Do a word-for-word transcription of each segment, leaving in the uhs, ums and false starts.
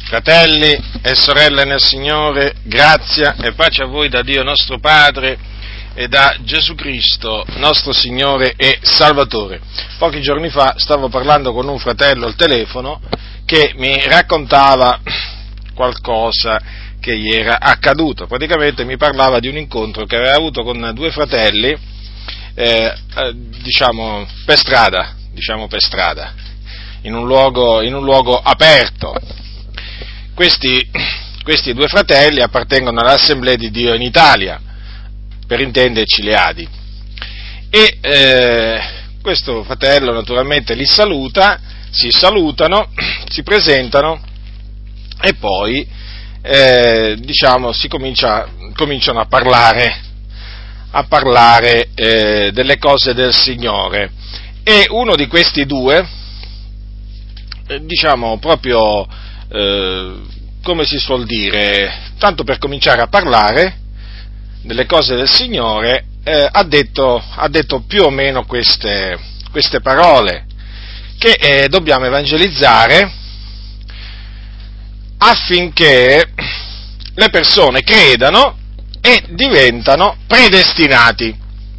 Fratelli e sorelle nel Signore, grazia e pace a voi da Dio nostro Padre e da Gesù Cristo, nostro Signore e Salvatore. Pochi giorni fa stavo parlando con un fratello al telefono che mi raccontava qualcosa che gli era accaduto. Praticamente mi parlava di un incontro che aveva avuto con due fratelli, eh, eh, diciamo per strada, diciamo per strada, in un luogo, in un luogo aperto. Questi, questi due fratelli appartengono all'Assemblea di Dio in Italia, per intenderci le A D I, e eh, questo fratello naturalmente li saluta, si salutano, si presentano e poi eh, diciamo si comincia, cominciano a parlare, a parlare eh, delle cose del Signore, e uno di questi due, eh, diciamo proprio Eh, come si suol dire, tanto per cominciare a parlare delle cose del Signore, eh, ha detto, ha detto più o meno queste, queste parole, che eh, dobbiamo evangelizzare affinché le persone credano e diventano predestinati.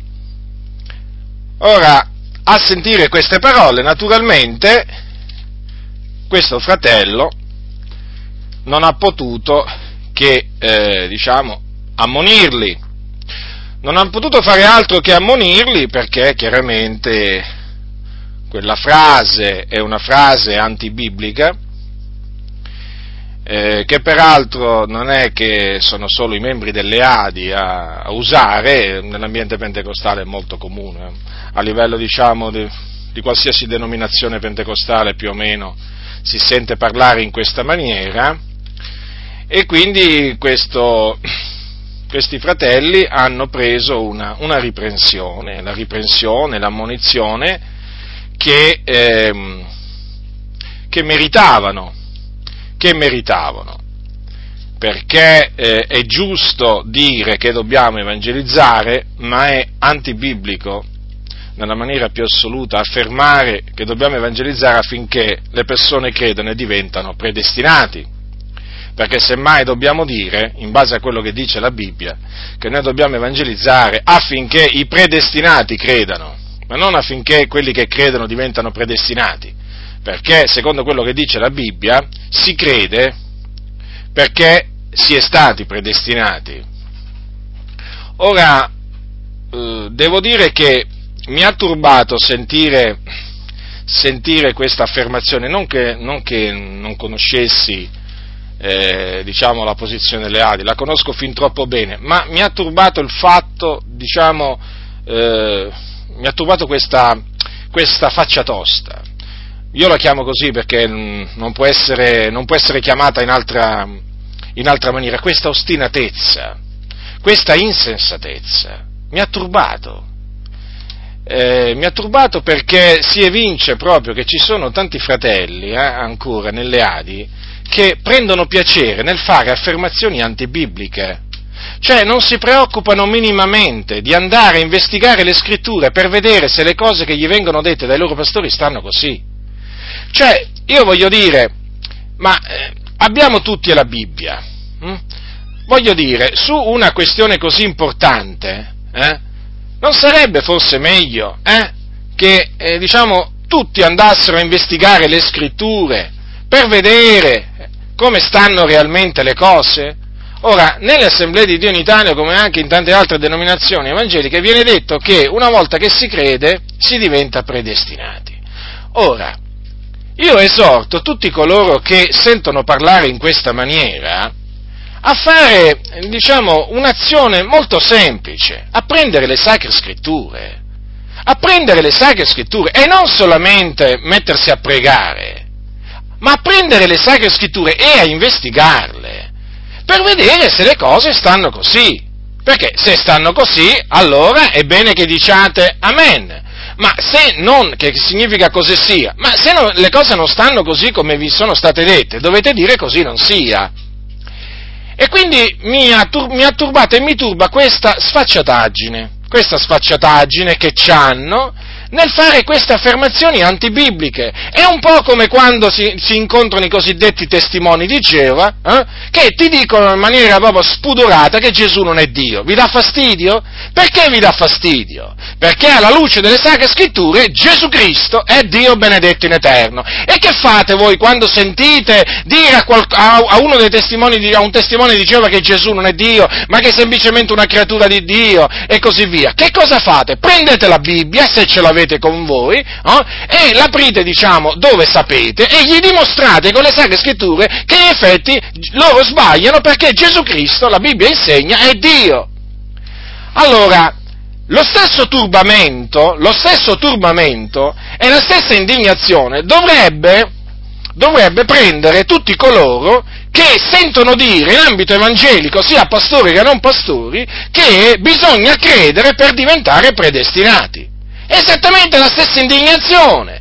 Ora, a sentire queste parole, naturalmente, questo fratello non ha potuto che, eh, diciamo, ammonirli. Non ha potuto fare altro che ammonirli, perché chiaramente quella frase è una frase antibiblica, eh, che peraltro non è che sono solo i membri delle A D I a, a usare, nell'ambiente pentecostale è molto comune, eh. A livello, diciamo, di, di qualsiasi denominazione pentecostale più o meno si sente parlare in questa maniera. E quindi questo, questi fratelli hanno preso una, una riprensione, la riprensione, l'ammonizione che, eh, che meritavano, che meritavano, perché eh, è giusto dire che dobbiamo evangelizzare, ma è antibiblico nella maniera più assoluta affermare che dobbiamo evangelizzare affinché le persone credano e diventano predestinati. Perché semmai dobbiamo dire, in base a quello che dice la Bibbia, che noi dobbiamo evangelizzare affinché i predestinati credano, ma non affinché quelli che credono diventano predestinati, perché secondo quello che dice la Bibbia si crede perché si è stati predestinati. Ora, eh, devo dire che mi ha turbato sentire, sentire questa affermazione, non che non, che non conoscessi Eh, diciamo la posizione delle A D I, la conosco fin troppo bene, ma mi ha turbato il fatto, diciamo, eh, mi ha turbato questa, questa faccia tosta. Io la chiamo così perché non può essere, non può essere chiamata in altra, in altra maniera, questa ostinatezza, questa insensatezza, mi ha turbato. Eh, mi ha turbato perché si evince proprio che ci sono tanti fratelli, eh, ancora nelle A D I, che prendono piacere nel fare affermazioni antibibliche, cioè non si preoccupano minimamente di andare a investigare le scritture per vedere se le cose che gli vengono dette dai loro pastori stanno così. Cioè, io voglio dire, ma eh, abbiamo tutti la Bibbia, hm? Voglio dire, su una questione così importante, eh, non sarebbe forse meglio eh, che, eh, diciamo, tutti andassero a investigare le scritture per vedere come stanno realmente le cose? Ora, nelle assemblee di Dio in Italia, come anche in tante altre denominazioni evangeliche, viene detto che una volta che si crede, si diventa predestinati. Ora, io esorto tutti coloro che sentono parlare in questa maniera a fare, diciamo, un'azione molto semplice, a prendere le Sacre Scritture, a prendere le Sacre Scritture e non solamente mettersi a pregare, ma a prendere le Sacre Scritture e a investigarle, per vedere se le cose stanno così, perché se stanno così, allora è bene che diciate Amen, ma se non, che significa così sia, ma se non, le cose non stanno così come vi sono state dette, dovete dire così non sia. E quindi mi ha, mi ha turbato e mi turba questa sfacciataggine, questa sfacciataggine che c'hanno nel fare queste affermazioni antibibliche. È un po' come quando si, si incontrano i cosiddetti testimoni di Geova, eh, che ti dicono in maniera proprio spudorata che Gesù non è Dio. Vi dà fastidio? Perché vi dà fastidio? Perché alla luce delle Sacre Scritture Gesù Cristo è Dio benedetto in eterno. E che fate voi quando sentite dire a, qual, a, a uno dei testimoni di, a un testimone di Geova che Gesù non è Dio, ma che è semplicemente una creatura di Dio e così via? Che cosa fate? Prendete la Bibbia, se ce l'avete con voi, eh, e l'aprite, diciamo, dove sapete, e gli dimostrate con le Sacre Scritture che in effetti loro sbagliano, perché Gesù Cristo, la Bibbia insegna, è Dio. Allora, lo stesso turbamento, lo stesso turbamento e la stessa indignazione dovrebbe, dovrebbe prendere tutti coloro che sentono dire in ambito evangelico, sia pastori che non pastori, che bisogna credere per diventare predestinati. È esattamente la stessa indignazione.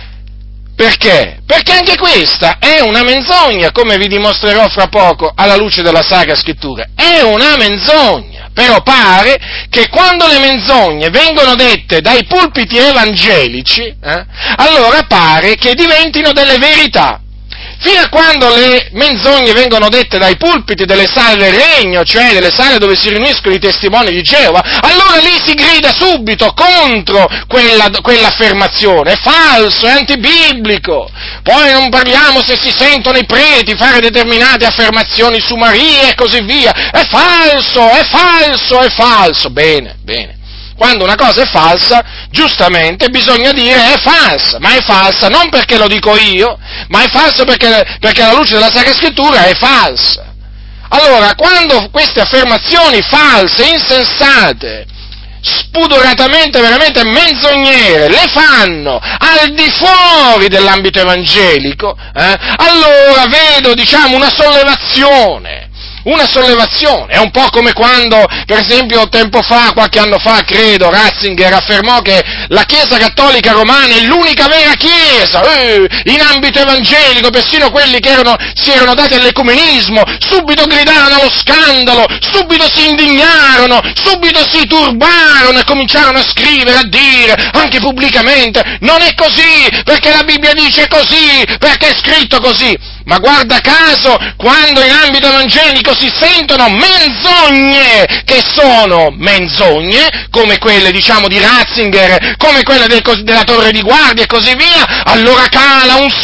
Perché? Perché anche questa è una menzogna, come vi dimostrerò fra poco alla luce della Sacra Scrittura. È una menzogna, però pare che quando le menzogne vengono dette dai pulpiti evangelici, eh, allora pare che diventino delle verità. Fino a quando le menzogne vengono dette dai pulpiti delle sale del regno, cioè delle sale dove si riuniscono i testimoni di Geova, allora lì si grida subito contro quella, quell'affermazione. È falso, è antibiblico. Poi non parliamo se si sentono i preti fare determinate affermazioni su Maria e così via. È falso, è falso, è falso. Bene, bene. Quando una cosa è falsa, giustamente bisogna dire è falsa, ma è falsa non perché lo dico io, ma è falsa perché, perché alla luce della Sacra Scrittura è falsa. Allora, quando queste affermazioni false, insensate, spudoratamente, veramente menzognere, le fanno al di fuori dell'ambito evangelico, eh, allora vedo, diciamo, una sollevazione. Una sollevazione, è un po' come quando, per esempio, tempo fa, qualche anno fa, credo, Ratzinger affermò che la Chiesa Cattolica Romana è l'unica vera Chiesa, eh, in ambito evangelico, persino quelli che erano, si erano dati all'ecumenismo, subito gridarono allo scandalo, subito si indignarono, subito si turbarono e cominciarono a scrivere, a dire, anche pubblicamente, non è così, perché la Bibbia dice così, perché è scritto così. Ma guarda caso, quando in ambito evangelico si sentono menzogne, che sono menzogne, come quelle, diciamo, di Ratzinger, come quelle del, della Torre di Guardia e così via, allora cala un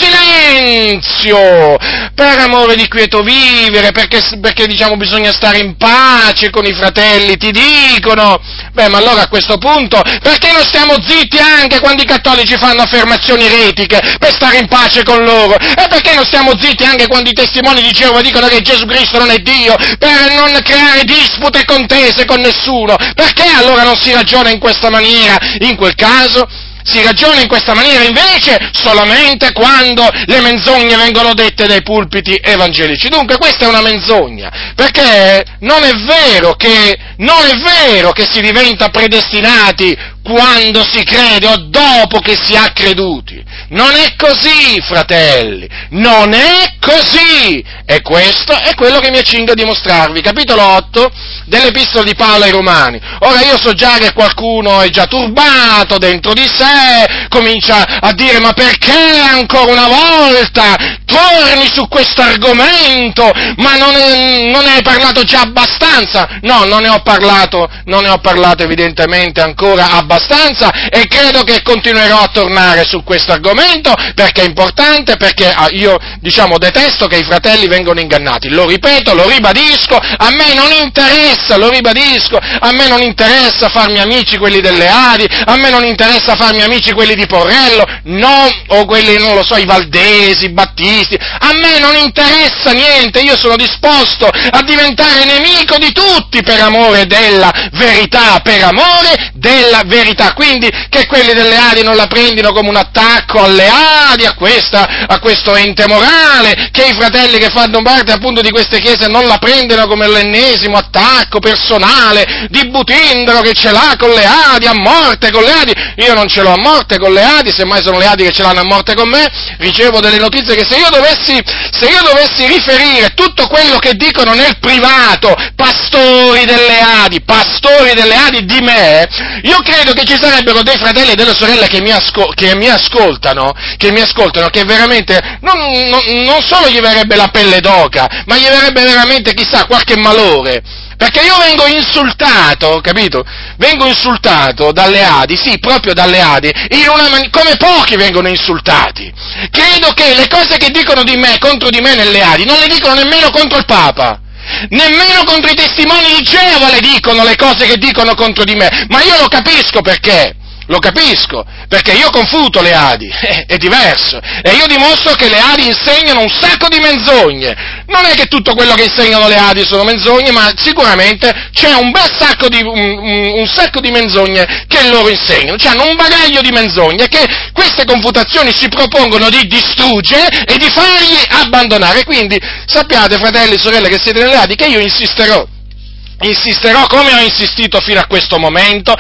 silenzio, per amore di quieto vivere, perché, perché diciamo, bisogna stare in pace con i fratelli, ti dicono. Beh, ma allora a questo punto, perché non stiamo zitti anche quando i cattolici fanno affermazioni eretiche, per stare in pace con loro? E perché non stiamo zitti anche quando i testimoni di Geova dicono che Gesù Cristo non è Dio, per non creare dispute e contese con nessuno? Perché allora non si ragiona in questa maniera, in quel caso? Si ragiona in questa maniera invece solamente quando le menzogne vengono dette dai pulpiti evangelici. Dunque questa è una menzogna, perché non è vero che, non è vero che si diventa predestinati quando si crede o dopo che si ha creduti. Non è così, fratelli, non è così! E questo è quello che mi accingo a dimostrarvi. Capitolo otto dell'Epistola di Paolo ai Romani. Ora io so già che qualcuno è già turbato dentro di sé, comincia a dire ma perché ancora una volta torni su questo argomento? Ma non, è, non ne hai parlato già abbastanza? No, non ne ho parlato, non ne ho parlato evidentemente ancora abbastanza e credo che continuerò a tornare su questo argomento perché è importante, perché io, diciamo, detesto che i fratelli vengano ingannati. Lo ripeto, lo ribadisco, a me non interessa, lo ribadisco, a me non interessa farmi amici quelli delle Adi, a me non interessa farmi amici quelli di Porrello, no, o quelli, non lo so, i Valdesi, i Battisti, a me non interessa niente, io sono disposto a diventare nemico di tutti per amore della verità, per amore della verità, quindi che quelli delle Adi non la prendino come un attacco alle Adi, a questa, a questo ente morale, che i fratelli che fanno parte appunto di queste chiese non la prendono come l'ennesimo attacco personale di Butindaro che ce l'ha con le Adi, a morte con le Adi. Io non ce l'ho a morte con le Adi, semmai sono le Adi che ce l'hanno a morte con me. Ricevo delle notizie che se io dovessi, se io dovessi riferire tutto quello che dicono nel privato pastori delle Adi, pastori delle Adi di me, io credo che ci sarebbero dei fratelli e delle sorelle che mi, ascol- che mi ascoltano, che mi ascoltano, che veramente non, non, non solo gli verrebbe la pelle d'oca, ma gli verrebbe veramente, chissà, qualche malore. Perché io vengo insultato, capito? Vengo insultato dalle Adi, sì, proprio dalle Adi, in una man- come pochi vengono insultati. Credo che le cose che dicono di me, contro di me nelle Adi, non le dicono nemmeno contro il Papa. Nemmeno contro i testimoni di Geova le dicono le cose che dicono contro di me. Ma io lo capisco perché. Lo capisco, perché io confuto le Adi, è, è diverso, e io dimostro che le Adi insegnano un sacco di menzogne. Non è che tutto quello che insegnano le Adi sono menzogne, ma sicuramente c'è un bel sacco di, un, un, un sacco di menzogne che loro insegnano, cioè hanno un bagaglio di menzogne che queste confutazioni si propongono di distruggere e di fargli abbandonare. Quindi sappiate, fratelli e sorelle che siete nelle Adi, che io insisterò. Insisterò come ho insistito fino a questo momento,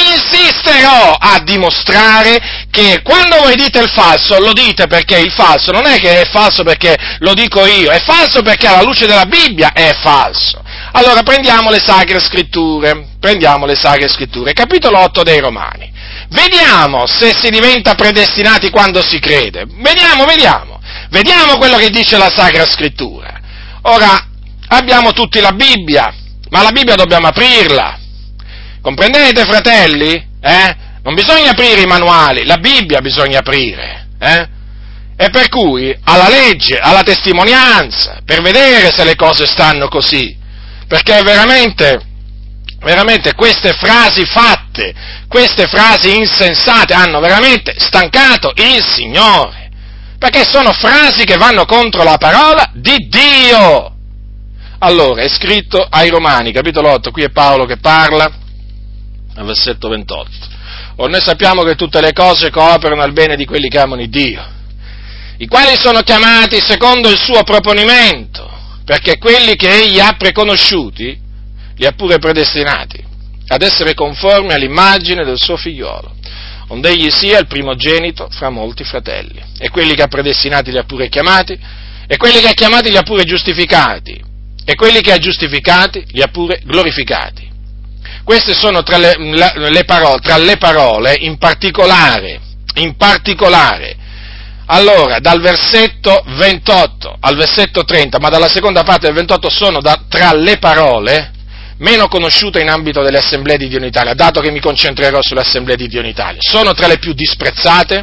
insisterò a dimostrare che quando voi dite il falso, lo dite perché il falso non è che è falso perché lo dico io, è falso perché alla luce della Bibbia è falso. Allora prendiamo le Sacre Scritture, prendiamo le Sacre Scritture, capitolo otto dei Romani. Vediamo se si diventa predestinati quando si crede. Vediamo, vediamo. Vediamo quello che dice la Sacra Scrittura. Ora, abbiamo tutti la Bibbia. Ma la Bibbia dobbiamo aprirla, comprendete, fratelli? Eh? Non bisogna aprire i manuali, la Bibbia bisogna aprire, eh? E per cui alla legge, alla testimonianza, per vedere se le cose stanno così, perché veramente, veramente queste frasi fatte, queste frasi insensate hanno veramente stancato il Signore, perché sono frasi che vanno contro la parola di Dio. Allora, è scritto ai Romani, capitolo otto, qui è Paolo che parla, al versetto ventotto. Or noi sappiamo che tutte le cose cooperano al bene di quelli che amano Dio, i quali sono chiamati secondo il suo proponimento, perché quelli che egli ha preconosciuti, li ha pure predestinati, ad essere conformi all'immagine del suo figliolo, onde egli sia il primogenito fra molti fratelli. E quelli che ha predestinati li ha pure chiamati, e quelli che ha chiamati li ha pure giustificati, e quelli che ha giustificati li ha pure glorificati. Queste sono tra le, le parole, tra le parole in particolare, in particolare, allora, dal versetto ventotto al versetto trenta, ma dalla seconda parte del ventotto sono da, tra le parole meno conosciute in ambito delle assemblee di Dio in Italia, dato che mi concentrerò sulle assemblee di Dio in Italia. Sono tra le più disprezzate,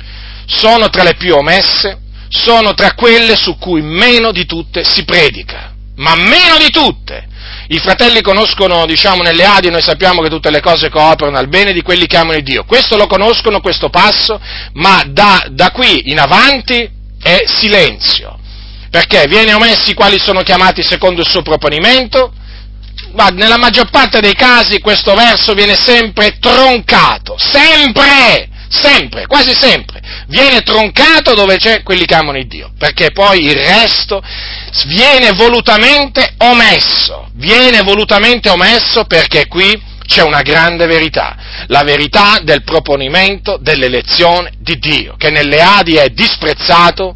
sono tra le più omesse, sono tra quelle su cui meno di tutte si predica. Ma meno di tutte. I fratelli conoscono, diciamo, nelle Adi, noi sappiamo che tutte le cose cooperano al bene di quelli che amano Dio. Questo lo conoscono, questo passo, ma da, da qui in avanti è silenzio. Perché viene omessi quali sono chiamati secondo il suo proponimento, ma nella maggior parte dei casi questo verso viene sempre troncato, sempre, sempre, quasi sempre. Viene troncato dove c'è quelli che amano il Dio, perché poi il resto viene volutamente omesso, viene volutamente omesso perché qui c'è una grande verità, la verità del proponimento dell'elezione di Dio, che nelle Adi è disprezzato,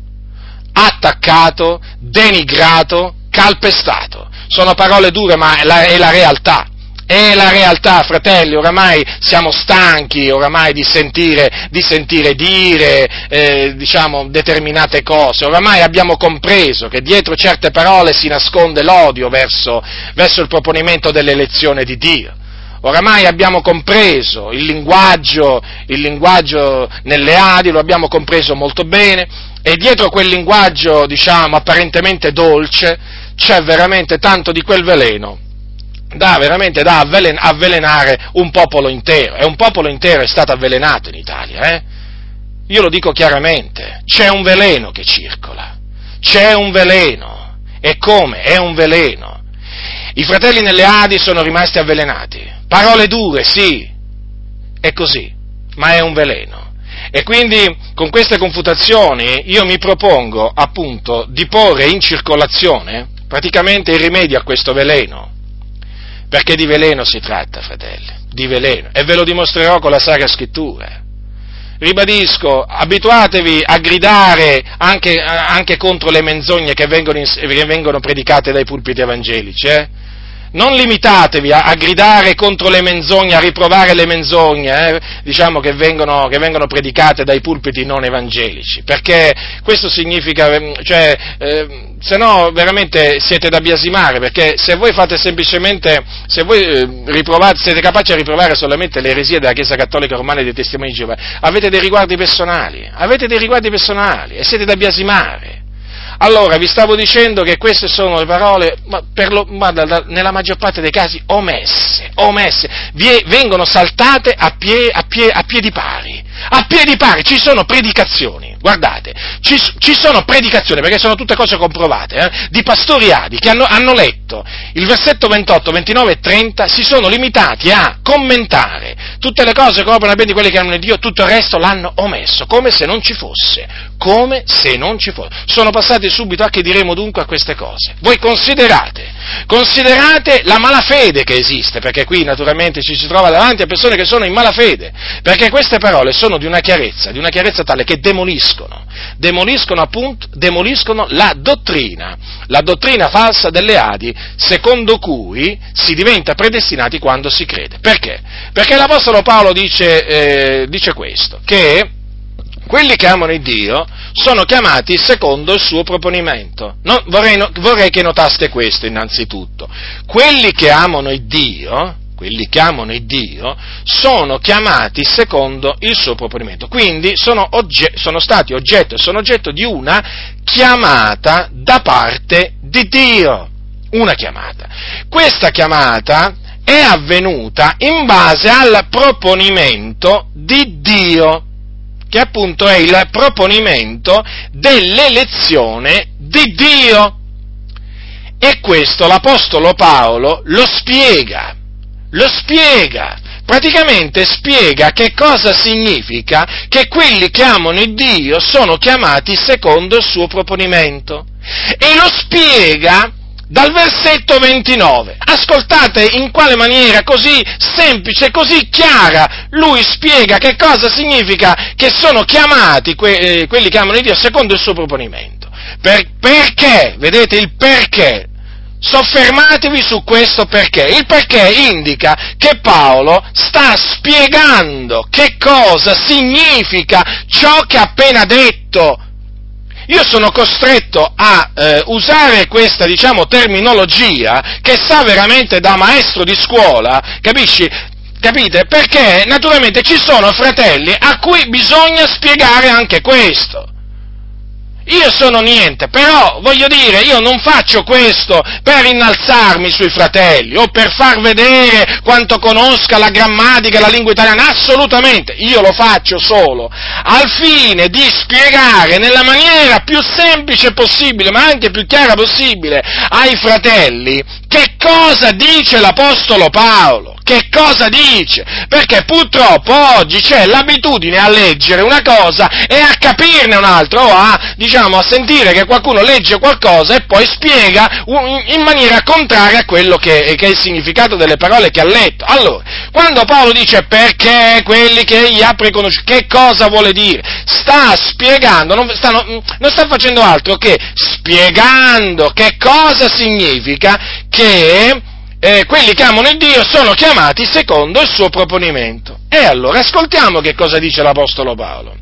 attaccato, denigrato, calpestato. Sono parole dure, ma è la, è la realtà. È la realtà, fratelli, oramai siamo stanchi, oramai di sentire, di sentire dire, eh, diciamo, determinate cose, oramai abbiamo compreso che dietro certe parole si nasconde l'odio verso, verso il proponimento dell'elezione di Dio. Oramai abbiamo compreso il linguaggio, il linguaggio nelle Adi, lo abbiamo compreso molto bene, e dietro quel linguaggio, diciamo, apparentemente dolce, c'è veramente tanto di quel veleno, da veramente da avvelen- avvelenare un popolo intero, e un popolo intero è stato avvelenato in Italia, eh? Io lo dico chiaramente, c'è un veleno che circola, c'è un veleno, e come? È un veleno. I fratelli nelle Adi sono rimasti avvelenati, parole dure, sì, è così, ma è un veleno. E quindi con queste confutazioni io mi propongo appunto di porre in circolazione praticamente il rimedio a questo veleno. Perché di veleno si tratta, fratelli, di veleno, e ve lo dimostrerò con la Sacra Scrittura. Ribadisco, abituatevi a gridare anche, anche contro le menzogne che vengono, in, che vengono predicate dai pulpiti evangelici, eh? non limitatevi a, a gridare contro le menzogne, a riprovare le menzogne, eh, diciamo che vengono, che vengono predicate dai pulpiti non evangelici, perché questo significa, cioè, eh, se no veramente siete da biasimare, perché se voi fate semplicemente, se voi eh, riprovate, siete capaci a riprovare solamente le eresie della Chiesa Cattolica Romana e dei Testimoni di Geova, avete dei riguardi personali, avete dei riguardi personali e siete da biasimare. Allora, vi stavo dicendo che queste sono le parole, ma per lo, ma da, da, nella maggior parte dei casi, omesse, omesse, vie, vengono saltate a, pie, a, pie, a piedi pari, a piedi pari, ci sono predicazioni, guardate, ci, ci sono predicazioni, perché sono tutte cose comprovate, eh, di pastori adi che hanno, hanno letto il versetto ventotto, ventinove e trenta, si sono limitati a commentare tutte le cose che operano bene di quelli che amano Dio, tutto il resto l'hanno omesso, come se non ci fosse, come se non ci fosse. Sono passati subito a che diremo dunque a queste cose. Voi considerate, considerate la malafede che esiste, perché qui naturalmente ci si trova davanti a persone che sono in malafede, perché queste parole sono di una chiarezza, di una chiarezza tale che demoliscono, demoliscono appunto, demoliscono la dottrina, la dottrina falsa delle Adi, secondo cui si diventa predestinati quando si crede. Perché? Perché l'Apostolo Paolo dice, eh, dice questo, che quelli che amano il Dio sono chiamati secondo il suo proponimento. No, vorrei, no, vorrei che notaste questo innanzitutto. Quelli che amano il Dio, quelli che amano il Dio, sono chiamati secondo il suo proponimento. Quindi sono, ogge- sono stati oggetto e sono oggetto di una chiamata da parte di Dio. Una chiamata. Questa chiamata è avvenuta in base al proponimento di Dio, che appunto è il proponimento dell'elezione di Dio. E questo l'Apostolo Paolo lo spiega, lo spiega, praticamente spiega che cosa significa che quelli che amano il Dio sono chiamati secondo il suo proponimento. E lo spiega dal versetto ventinove, ascoltate in quale maniera così semplice, così chiara, lui spiega che cosa significa che sono chiamati que- eh, quelli che amano Dio secondo il suo proponimento. Per- perché? Vedete il perché? Soffermatevi su questo perché. Il perché indica che Paolo sta spiegando che cosa significa ciò che ha appena detto. Io sono costretto a eh, usare questa, diciamo, terminologia che sa veramente da maestro di scuola, capisci? Capite? Perché naturalmente ci sono fratelli a cui bisogna spiegare anche questo. Io sono niente, però, voglio dire, io non faccio questo per innalzarmi sui fratelli, o per far vedere quanto conosca la grammatica e la lingua italiana, assolutamente, io lo faccio solo al fine di spiegare nella maniera più semplice possibile, ma anche più chiara possibile, ai fratelli, che cosa dice l'Apostolo Paolo. Che cosa dice? Perché purtroppo oggi c'è l'abitudine a leggere una cosa e a capirne un'altra, o a, diciamo, a sentire che qualcuno legge qualcosa e poi spiega in maniera contraria a quello che, che è il significato delle parole che ha letto. Allora, quando Paolo dice perché quelli che egli ha preconosciuti, che cosa vuole dire? Sta spiegando, non sta, non sta facendo altro che spiegando che cosa significa che Eh, quelli che amano il Dio sono chiamati secondo il suo proponimento. E allora ascoltiamo che cosa dice l'Apostolo Paolo.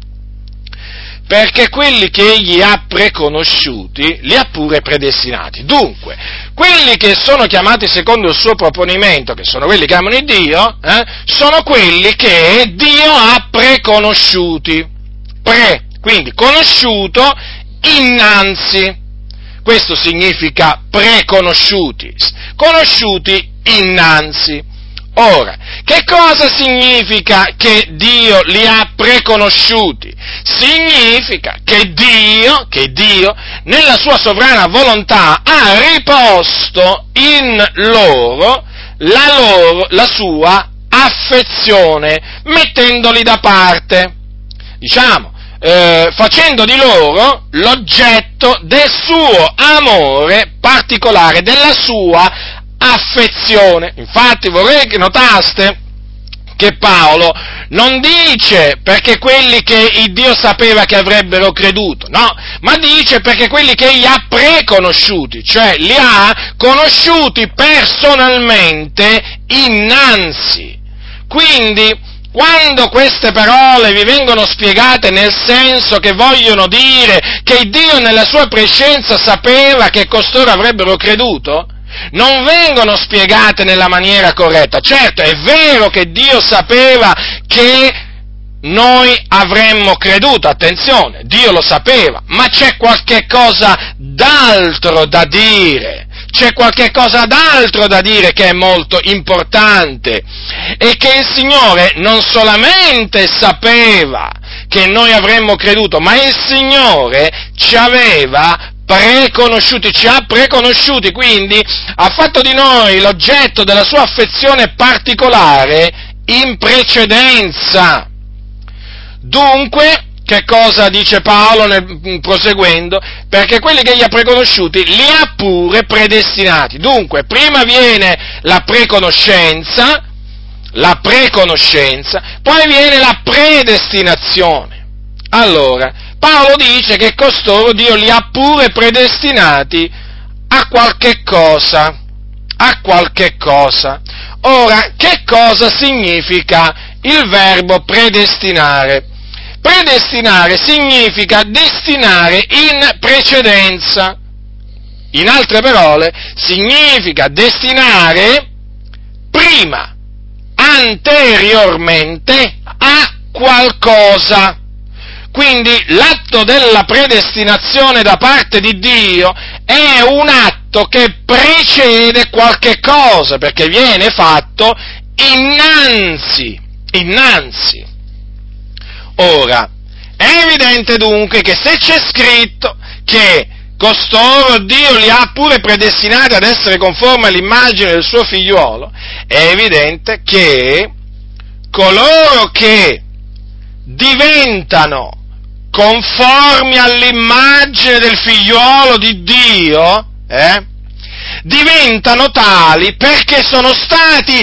Perché quelli che egli ha preconosciuti li ha pure predestinati. Dunque, quelli che sono chiamati secondo il suo proponimento, che sono quelli che amano il Dio, eh, sono quelli che Dio ha preconosciuti. Pre, quindi conosciuto innanzi. Questo significa preconosciuti, conosciuti innanzi. Ora, che cosa significa che Dio li ha preconosciuti? Significa che Dio, che Dio, nella sua sovrana volontà, ha riposto in loro la, loro, la sua affezione, mettendoli da parte. Diciamo, Eh, facendo di loro l'oggetto del suo amore particolare, della sua affezione. Infatti vorrei che notaste che Paolo non dice perché quelli che il Dio sapeva che avrebbero creduto, no, ma dice perché quelli che egli ha preconosciuti, cioè li ha conosciuti personalmente innanzi. Quindi, quando queste parole vi vengono spiegate nel senso che vogliono dire che Dio nella sua prescienza sapeva che costoro avrebbero creduto, non vengono spiegate nella maniera corretta. Certo, è vero che Dio sapeva che noi avremmo creduto, attenzione, Dio lo sapeva, ma c'è qualche cosa d'altro da dire. C'è qualche cosa d'altro da dire che è molto importante, e che il Signore non solamente sapeva che noi avremmo creduto, ma il Signore ci aveva preconosciuti, ci ha preconosciuti, quindi ha fatto di noi l'oggetto della sua affezione particolare in precedenza. Dunque, che cosa dice Paolo nel, proseguendo? Perché quelli che gli ha preconosciuti li ha pure predestinati. Dunque, prima viene la preconoscenza, la preconoscenza, poi viene la predestinazione. Allora, Paolo dice che costoro Dio li ha pure predestinati a qualche cosa, a qualche cosa. Ora, che cosa significa il verbo predestinare? Predestinare significa destinare in precedenza. In altre parole, significa destinare prima, anteriormente a qualcosa. Quindi l'atto della predestinazione da parte di Dio è un atto che precede qualche cosa, perché viene fatto innanzi, innanzi. Ora, è evidente dunque che se c'è scritto che costoro Dio li ha pure predestinati ad essere conformi all'immagine del suo figliuolo, è evidente che coloro che diventano conformi all'immagine del figliuolo di Dio, eh, diventano tali perché sono stati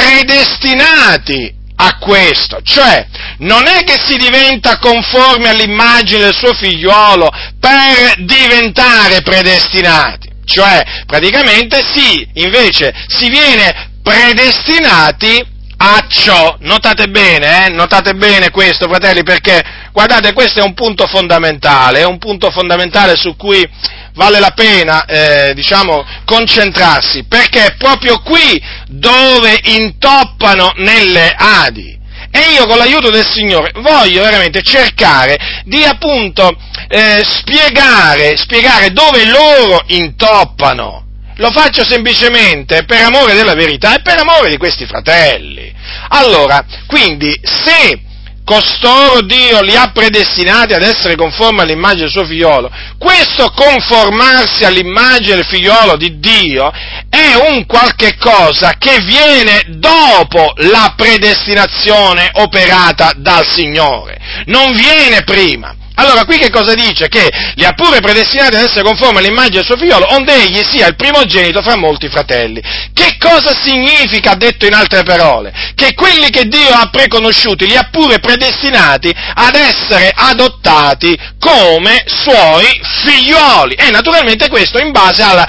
predestinati a questo. Cioè, non è che si diventa conformi all'immagine del suo figliuolo per diventare predestinati, cioè, praticamente sì, invece si viene predestinati a ciò. Notate bene, eh? Notate bene questo, fratelli, perché, guardate, questo è un punto fondamentale, è un punto fondamentale su cui vale la pena, eh, diciamo, concentrarsi, perché è proprio qui dove intoppano nelle Adi. E io, con l'aiuto del Signore, voglio veramente cercare di, appunto, eh, spiegare, spiegare dove loro intoppano. Lo faccio semplicemente per amore della verità e per amore di questi fratelli. Allora, quindi, se costoro Dio li ha predestinati ad essere conformi all'immagine del suo figliolo, questo conformarsi all'immagine del figliolo di Dio è un qualche cosa che viene dopo la predestinazione operata dal Signore, non viene prima. Allora, qui che cosa dice? Che li ha pure predestinati ad essere conformi all'immagine del suo figliolo, onde egli sia il primogenito fra molti fratelli. Che cosa significa, detto in altre parole? Che quelli che Dio ha preconosciuti li ha pure predestinati ad essere adottati come suoi figlioli. E naturalmente questo in base al,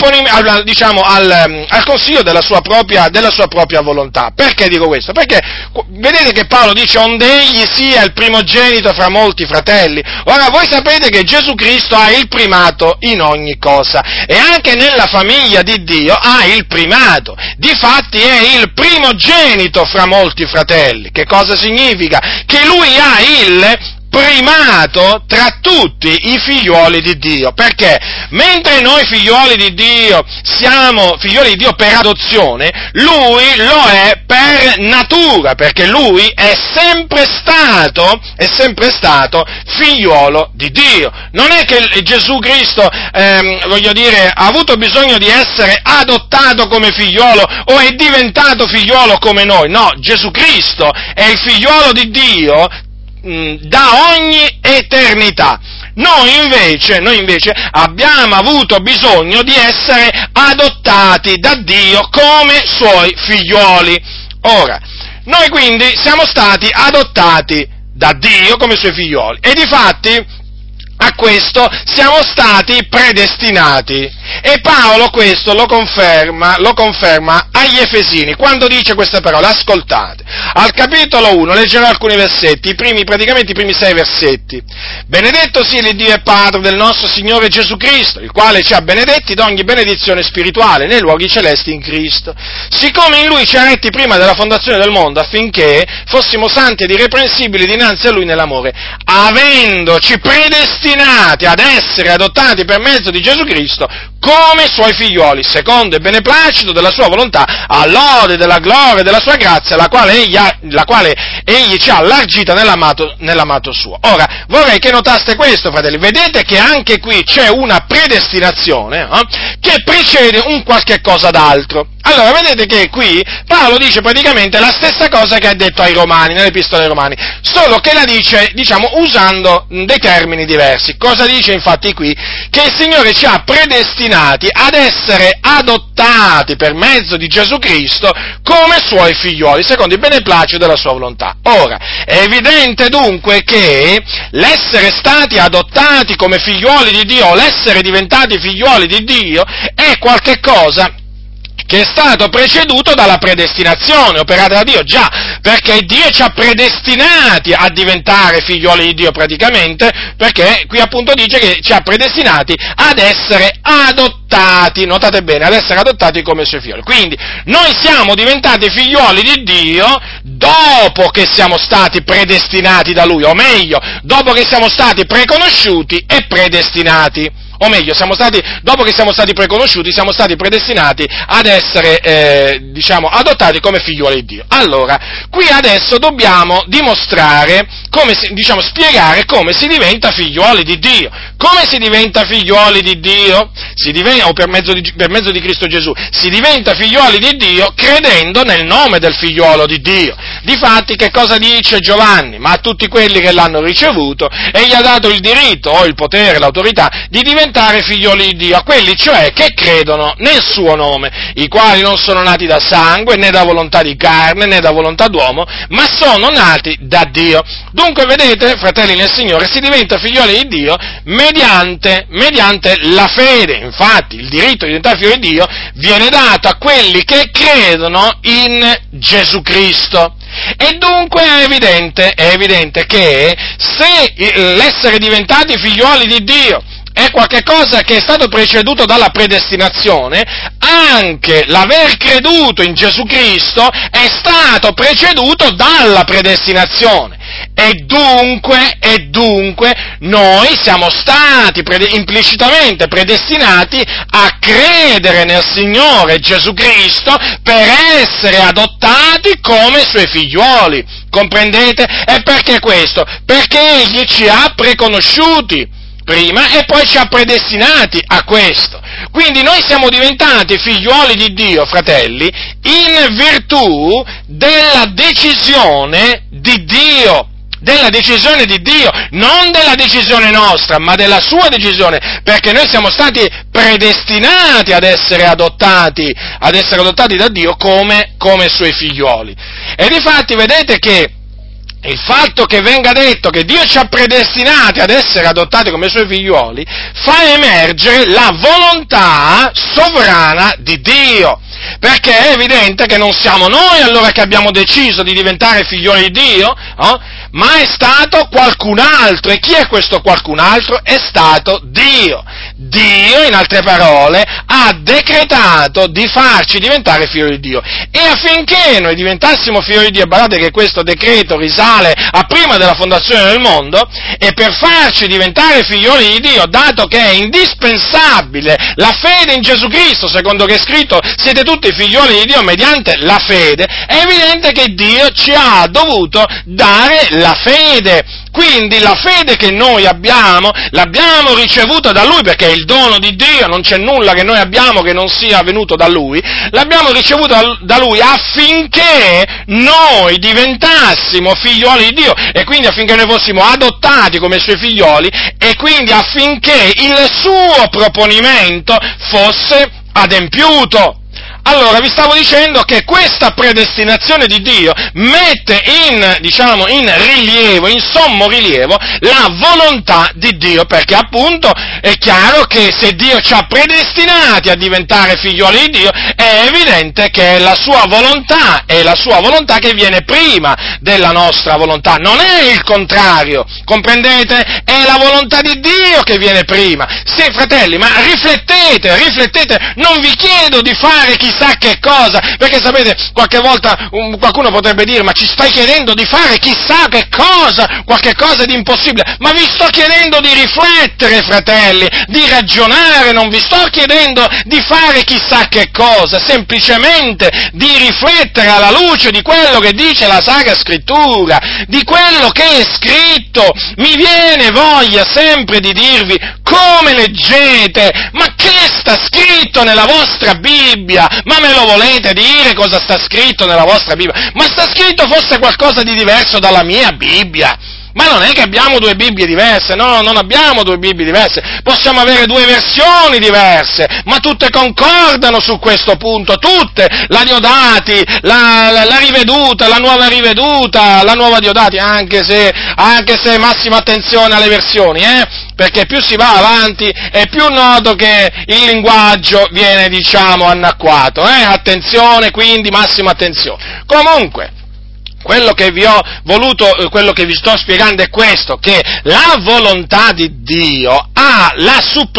al, diciamo, al, al consiglio della sua, propria, della sua propria volontà. Perché dico questo? Perché vedete che Paolo dice onde egli sia il primogenito fra molti fratelli. Ora, voi sapete che Gesù Cristo ha il primato in ogni cosa, e anche nella famiglia di Dio ha il primato. Difatti è il primogenito fra molti fratelli. Che cosa significa? Che lui ha il primato tra tutti i figliuoli di Dio. Perché? Mentre noi figliuoli di Dio siamo figliuoli di Dio per adozione, lui lo è per natura, perché lui è sempre stato, è sempre stato figliuolo di Dio. Non è che Gesù Cristo, ehm, voglio dire, ha avuto bisogno di essere adottato come figliuolo o è diventato figliuolo come noi. No, Gesù Cristo è il figliuolo di Dio da ogni eternità. Noi invece, noi invece abbiamo avuto bisogno di essere adottati da Dio come suoi figlioli. Ora, Noi quindi siamo stati adottati da Dio come suoi figlioli, e difatti a questo siamo stati predestinati. E Paolo questo lo conferma, lo conferma agli Efesini, quando dice queste parole. Ascoltate, al capitolo uno, leggerò alcuni versetti, i primi, praticamente i primi sei versetti. Benedetto sia l'Iddio e Padre del nostro Signore Gesù Cristo, il quale ci ha benedetti d'ogni benedizione spirituale nei luoghi celesti in Cristo, siccome in Lui ci ha retti prima della fondazione del mondo, affinché fossimo santi ed irreprensibili dinanzi a Lui nell'amore, avendoci predestinati ad essere adottati per mezzo di Gesù Cristo come Suoi figlioli, secondo il beneplacito della Sua volontà, all'ode della gloria e della Sua grazia, la quale Egli, ha, la quale egli ci ha allargita nell'amato, nell'amato Suo. Ora, vorrei che notaste questo, fratelli, vedete che anche qui c'è una predestinazione eh, che precede un qualche cosa d'altro. Allora, vedete che qui Paolo dice praticamente la stessa cosa che ha detto ai Romani, nell'Epistola ai Romani, solo che la dice, diciamo, usando dei termini diversi. Cosa dice infatti qui? Che il Signore ci ha predestinati ad essere adottati per mezzo di Gesù Cristo come Suoi figlioli, secondo il beneplacito della Sua volontà. Ora, è evidente dunque che l'essere stati adottati come figlioli di Dio, o l'essere diventati figlioli di Dio, è qualche cosa che è stato preceduto dalla predestinazione operata da Dio, già, perché Dio ci ha predestinati a diventare figlioli di Dio praticamente, perché qui appunto dice che ci ha predestinati ad essere adottati, notate bene, ad essere adottati come Suoi figlioli. Quindi, noi siamo diventati figlioli di Dio dopo che siamo stati predestinati da Lui, o meglio, dopo che siamo stati preconosciuti e predestinati. O meglio, siamo stati, dopo che siamo stati preconosciuti, siamo stati predestinati ad essere, eh, diciamo, adottati come figlioli di Dio. Allora, qui adesso dobbiamo dimostrare, come si, diciamo, spiegare come si diventa figlioli di Dio. Come si diventa figlioli di Dio? Si diventa, o per mezzo di, per mezzo di Cristo Gesù, si diventa figlioli di Dio credendo nel nome del figliolo di Dio. Difatti, che cosa dice Giovanni? Ma a tutti quelli che l'hanno ricevuto, egli ha dato il diritto, o il potere, l'autorità, di diventare figlioli di Dio, a quelli cioè che credono nel suo nome, i quali non sono nati da sangue, né da volontà di carne, né da volontà d'uomo, ma sono nati da Dio. Dunque, vedete, fratelli nel Signore, si diventa figlioli di Dio mediante, mediante la fede. Infatti, il diritto di diventare figlioli di Dio viene dato a quelli che credono in Gesù Cristo. E dunque è evidente, è evidente che se l'essere diventati figlioli di Dio è qualche cosa che è stato preceduto dalla predestinazione, anche l'aver creduto in Gesù Cristo è stato preceduto dalla predestinazione. E dunque, e dunque, noi siamo stati prede- implicitamente predestinati a credere nel Signore Gesù Cristo per essere adottati come Suoi figliuoli. Comprendete? E perché questo? Perché Egli ci ha preconosciuti prima e poi ci ha predestinati a questo. Quindi noi siamo diventati figliuoli di Dio, fratelli, in virtù della decisione di Dio, della decisione di Dio, non della decisione nostra, ma della sua decisione, perché noi siamo stati predestinati ad essere adottati, ad essere adottati da Dio come, come Suoi figliuoli. E difatti vedete che il fatto che venga detto che Dio ci ha predestinati ad essere adottati come Suoi figliuoli fa emergere la volontà sovrana di Dio, perché è evidente che non siamo noi allora che abbiamo deciso di diventare figlioli di Dio, no? Ma è stato qualcun altro. E chi è questo qualcun altro? È stato Dio. Dio, in altre parole, ha decretato di farci diventare figli di Dio. E affinché noi diventassimo figli di Dio, badate che questo decreto risale a prima della fondazione del mondo, e per farci diventare figlioli di Dio, dato che è indispensabile la fede in Gesù Cristo, secondo che è scritto, siete tutti figlioli di Dio mediante la fede, è evidente che Dio ci ha dovuto dare la fede. Quindi la fede che noi abbiamo, l'abbiamo ricevuta da Lui, perché è il dono di Dio, non c'è nulla che noi abbiamo che non sia venuto da Lui, l'abbiamo ricevuta da Lui affinché noi diventassimo figlioli di Dio, e quindi affinché noi fossimo adottati come Suoi figlioli, e quindi affinché il Suo proponimento fosse adempiuto. allora vi stavo dicendo che questa predestinazione di Dio mette in, diciamo, in rilievo, in sommo rilievo, la volontà di Dio, perché appunto è chiaro che se Dio ci ha predestinati a diventare figlioli di Dio, è evidente che è la sua volontà, è la sua volontà che viene prima della nostra volontà, non è il contrario, comprendete? È la volontà di Dio che viene prima. Sì, fratelli, ma riflettete, riflettete, non vi chiedo di fare chissà che cosa, perché sapete, qualche volta um, qualcuno potrebbe dire, ma ci stai chiedendo di fare chissà che cosa, qualche cosa di impossibile, ma vi sto chiedendo di riflettere, fratelli, di ragionare, non vi sto chiedendo di fare chissà che cosa, semplicemente di riflettere alla luce di quello che dice la Sacra Scrittura, di quello che è scritto. Mi viene voglia sempre di dirvi, come leggete? Ma che sta scritto nella vostra Bibbia? Ma me lo volete dire cosa sta scritto nella vostra Bibbia? Ma sta scritto forse qualcosa di diverso dalla mia Bibbia? Ma non è che abbiamo due Bibbie diverse, no, non abbiamo due Bibbie diverse, possiamo avere due versioni diverse, ma tutte concordano su questo punto, tutte, la Diodati, la, la, la riveduta, la nuova riveduta, la nuova Diodati, anche se, anche se massima attenzione alle versioni, eh, perché più si va avanti e più noto che il linguaggio viene, diciamo, anacquato, eh, attenzione, quindi massima attenzione. Comunque, quello che vi ho voluto, quello che vi sto spiegando è questo, che la volontà di Dio ha la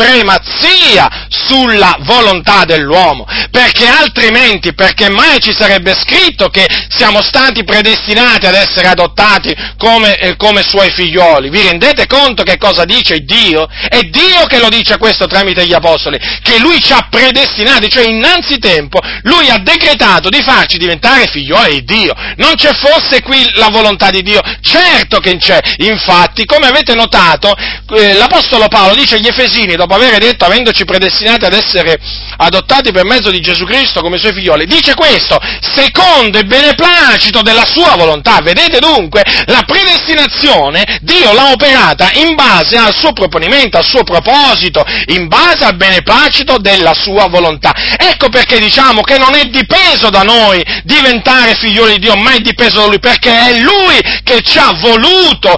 supremazia sulla volontà dell'uomo, perché altrimenti, perché mai ci sarebbe scritto che siamo stati predestinati ad essere adottati come, eh, come suoi figlioli? Vi rendete conto che cosa dice Dio? È Dio che lo dice questo tramite gli apostoli, che Lui ci ha predestinati, cioè innanzitempo Lui ha decretato di farci diventare figlioli di Dio. Non c'è fosse qui la volontà di Dio? Certo che c'è, infatti, come avete notato, eh, l'Apostolo Paolo dice agli Efesini, dopo aver detto, avendoci predestinati ad essere adottati per mezzo di Gesù Cristo come suoi figlioli, dice questo, secondo il beneplacito della sua volontà. Vedete dunque, la predestinazione Dio l'ha operata in base al suo proponimento, al suo proposito, in base al beneplacito della sua volontà. Ecco perché diciamo che non è dipeso da noi diventare figlioli di Dio, ma è dipeso da Lui, perché è Lui che ci ha voluto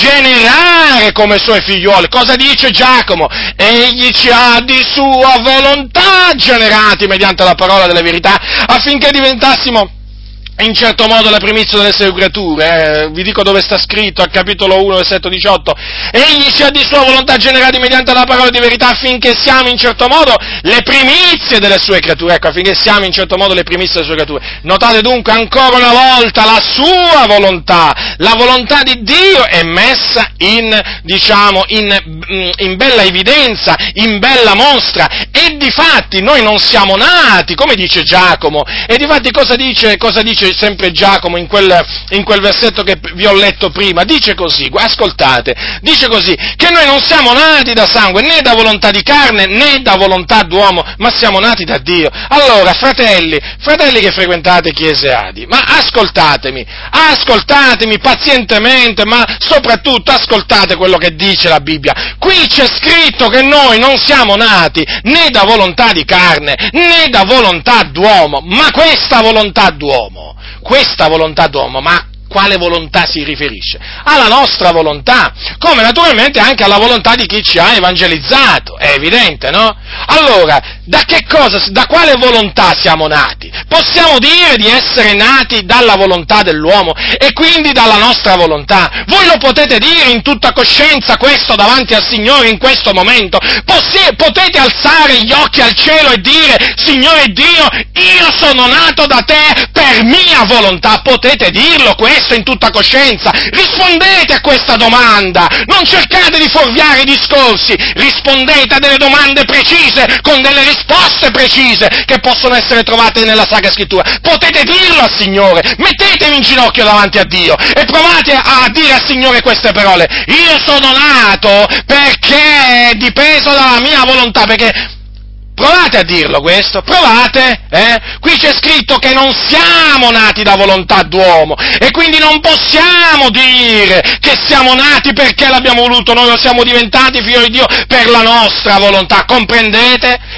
generare come suoi figlioli. Cosa dice Giacomo? Egli ci ha di sua volontà generati mediante la parola della verità, affinché diventassimo in certo modo la primizia delle sue creature, eh, vi dico dove sta scritto, al capitolo uno, versetto diciotto, egli ci ha di sua volontà generati mediante la parola di verità affinché siamo in certo modo le primizie delle sue creature, ecco, affinché siamo in certo modo le primizie delle sue creature. Notate dunque ancora una volta la sua volontà, la volontà di Dio è messa in, diciamo, in, in bella evidenza, in bella mostra, e difatti noi non siamo nati, come dice Giacomo, e difatti cosa dice, cosa dice sempre Giacomo in quel, in quel versetto che vi ho letto prima? Dice così, ascoltate, dice così, che noi non siamo nati da sangue, né da volontà di carne, né da volontà d'uomo, ma siamo nati da Dio. Allora, fratelli, fratelli che frequentate chiese Adi, ma ascoltatemi, ascoltatemi pazientemente, ma soprattutto ascoltate quello che dice la Bibbia. Qui c'è scritto che noi non siamo nati né da volontà di carne, né da volontà d'uomo, ma questa volontà d'uomo, questa volontà d'uomo, ma quale volontà si riferisce? Alla nostra volontà, come naturalmente anche alla volontà di chi ci ha evangelizzato, è evidente, no? Allora, da che cosa, da quale volontà siamo nati? Possiamo dire di essere nati dalla volontà dell'uomo e quindi dalla nostra volontà. Voi lo potete dire in tutta coscienza questo davanti al Signore in questo momento? Possi- potete alzare gli occhi al cielo e dire, Signore Dio, io sono nato da te per mia volontà. Potete dirlo questo in tutta coscienza? Rispondete a questa domanda, non cercate di fuorviare i discorsi, rispondete a delle domande precise, con delle risposte precise che possono essere trovate nella Sacra Scrittura. Potete dirlo al Signore, mettetevi in ginocchio davanti a Dio e provate a dire al Signore queste parole: io sono nato perché è dipeso dalla mia volontà, perché provate a dirlo questo, provate, eh? Qui c'è scritto che non siamo nati da volontà d'uomo e quindi non possiamo dire che siamo nati perché l'abbiamo voluto noi o siamo diventati figli di Dio per la nostra volontà, comprendete?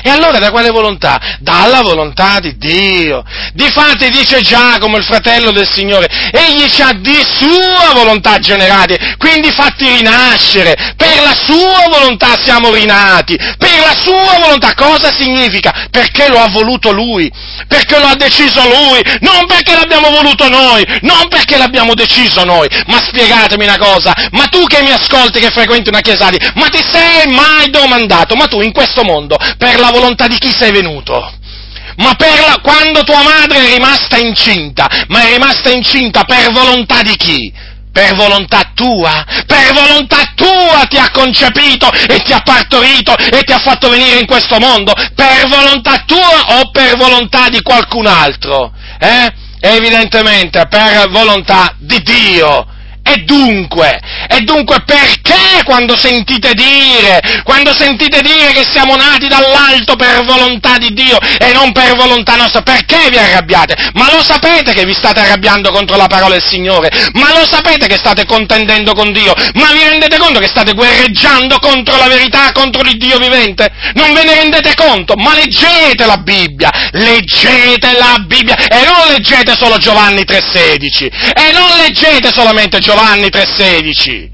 E allora da quale volontà? Dalla volontà di Dio. Difatti dice Giacomo, il fratello del Signore, egli ci ha di sua volontà generati, quindi fatti rinascere, per la sua volontà siamo rinati, per la sua volontà. Cosa significa? Perché lo ha voluto Lui, perché lo ha deciso Lui, non perché l'abbiamo voluto noi, non perché l'abbiamo deciso noi. Ma spiegatemi una cosa, ma tu che mi ascolti, che frequenti una chiesa di, ma ti sei mai domandato, ma tu in questo mondo per la volontà di chi sei venuto? Ma per la, quando tua madre è rimasta incinta, ma è rimasta incinta per volontà di chi? Per volontà tua? Per volontà tua ti ha concepito e ti ha partorito e ti ha fatto venire in questo mondo? Per volontà tua o per volontà di qualcun altro? Eh? Evidentemente per volontà di Dio. E dunque, e dunque perché quando sentite dire, quando sentite dire che siamo nati dall'alto per volontà di Dio e non per volontà nostra, perché vi arrabbiate? Ma lo sapete che vi state arrabbiando contro la parola del Signore? Ma lo sapete che state contendendo con Dio? Ma vi rendete conto che state guerreggiando contro la verità, contro il Dio vivente? Non ve ne rendete conto? Ma leggete la Bibbia, leggete la Bibbia e non leggete solo Giovanni tre sedici e non leggete solamente Giovanni Giovanni tre sedici.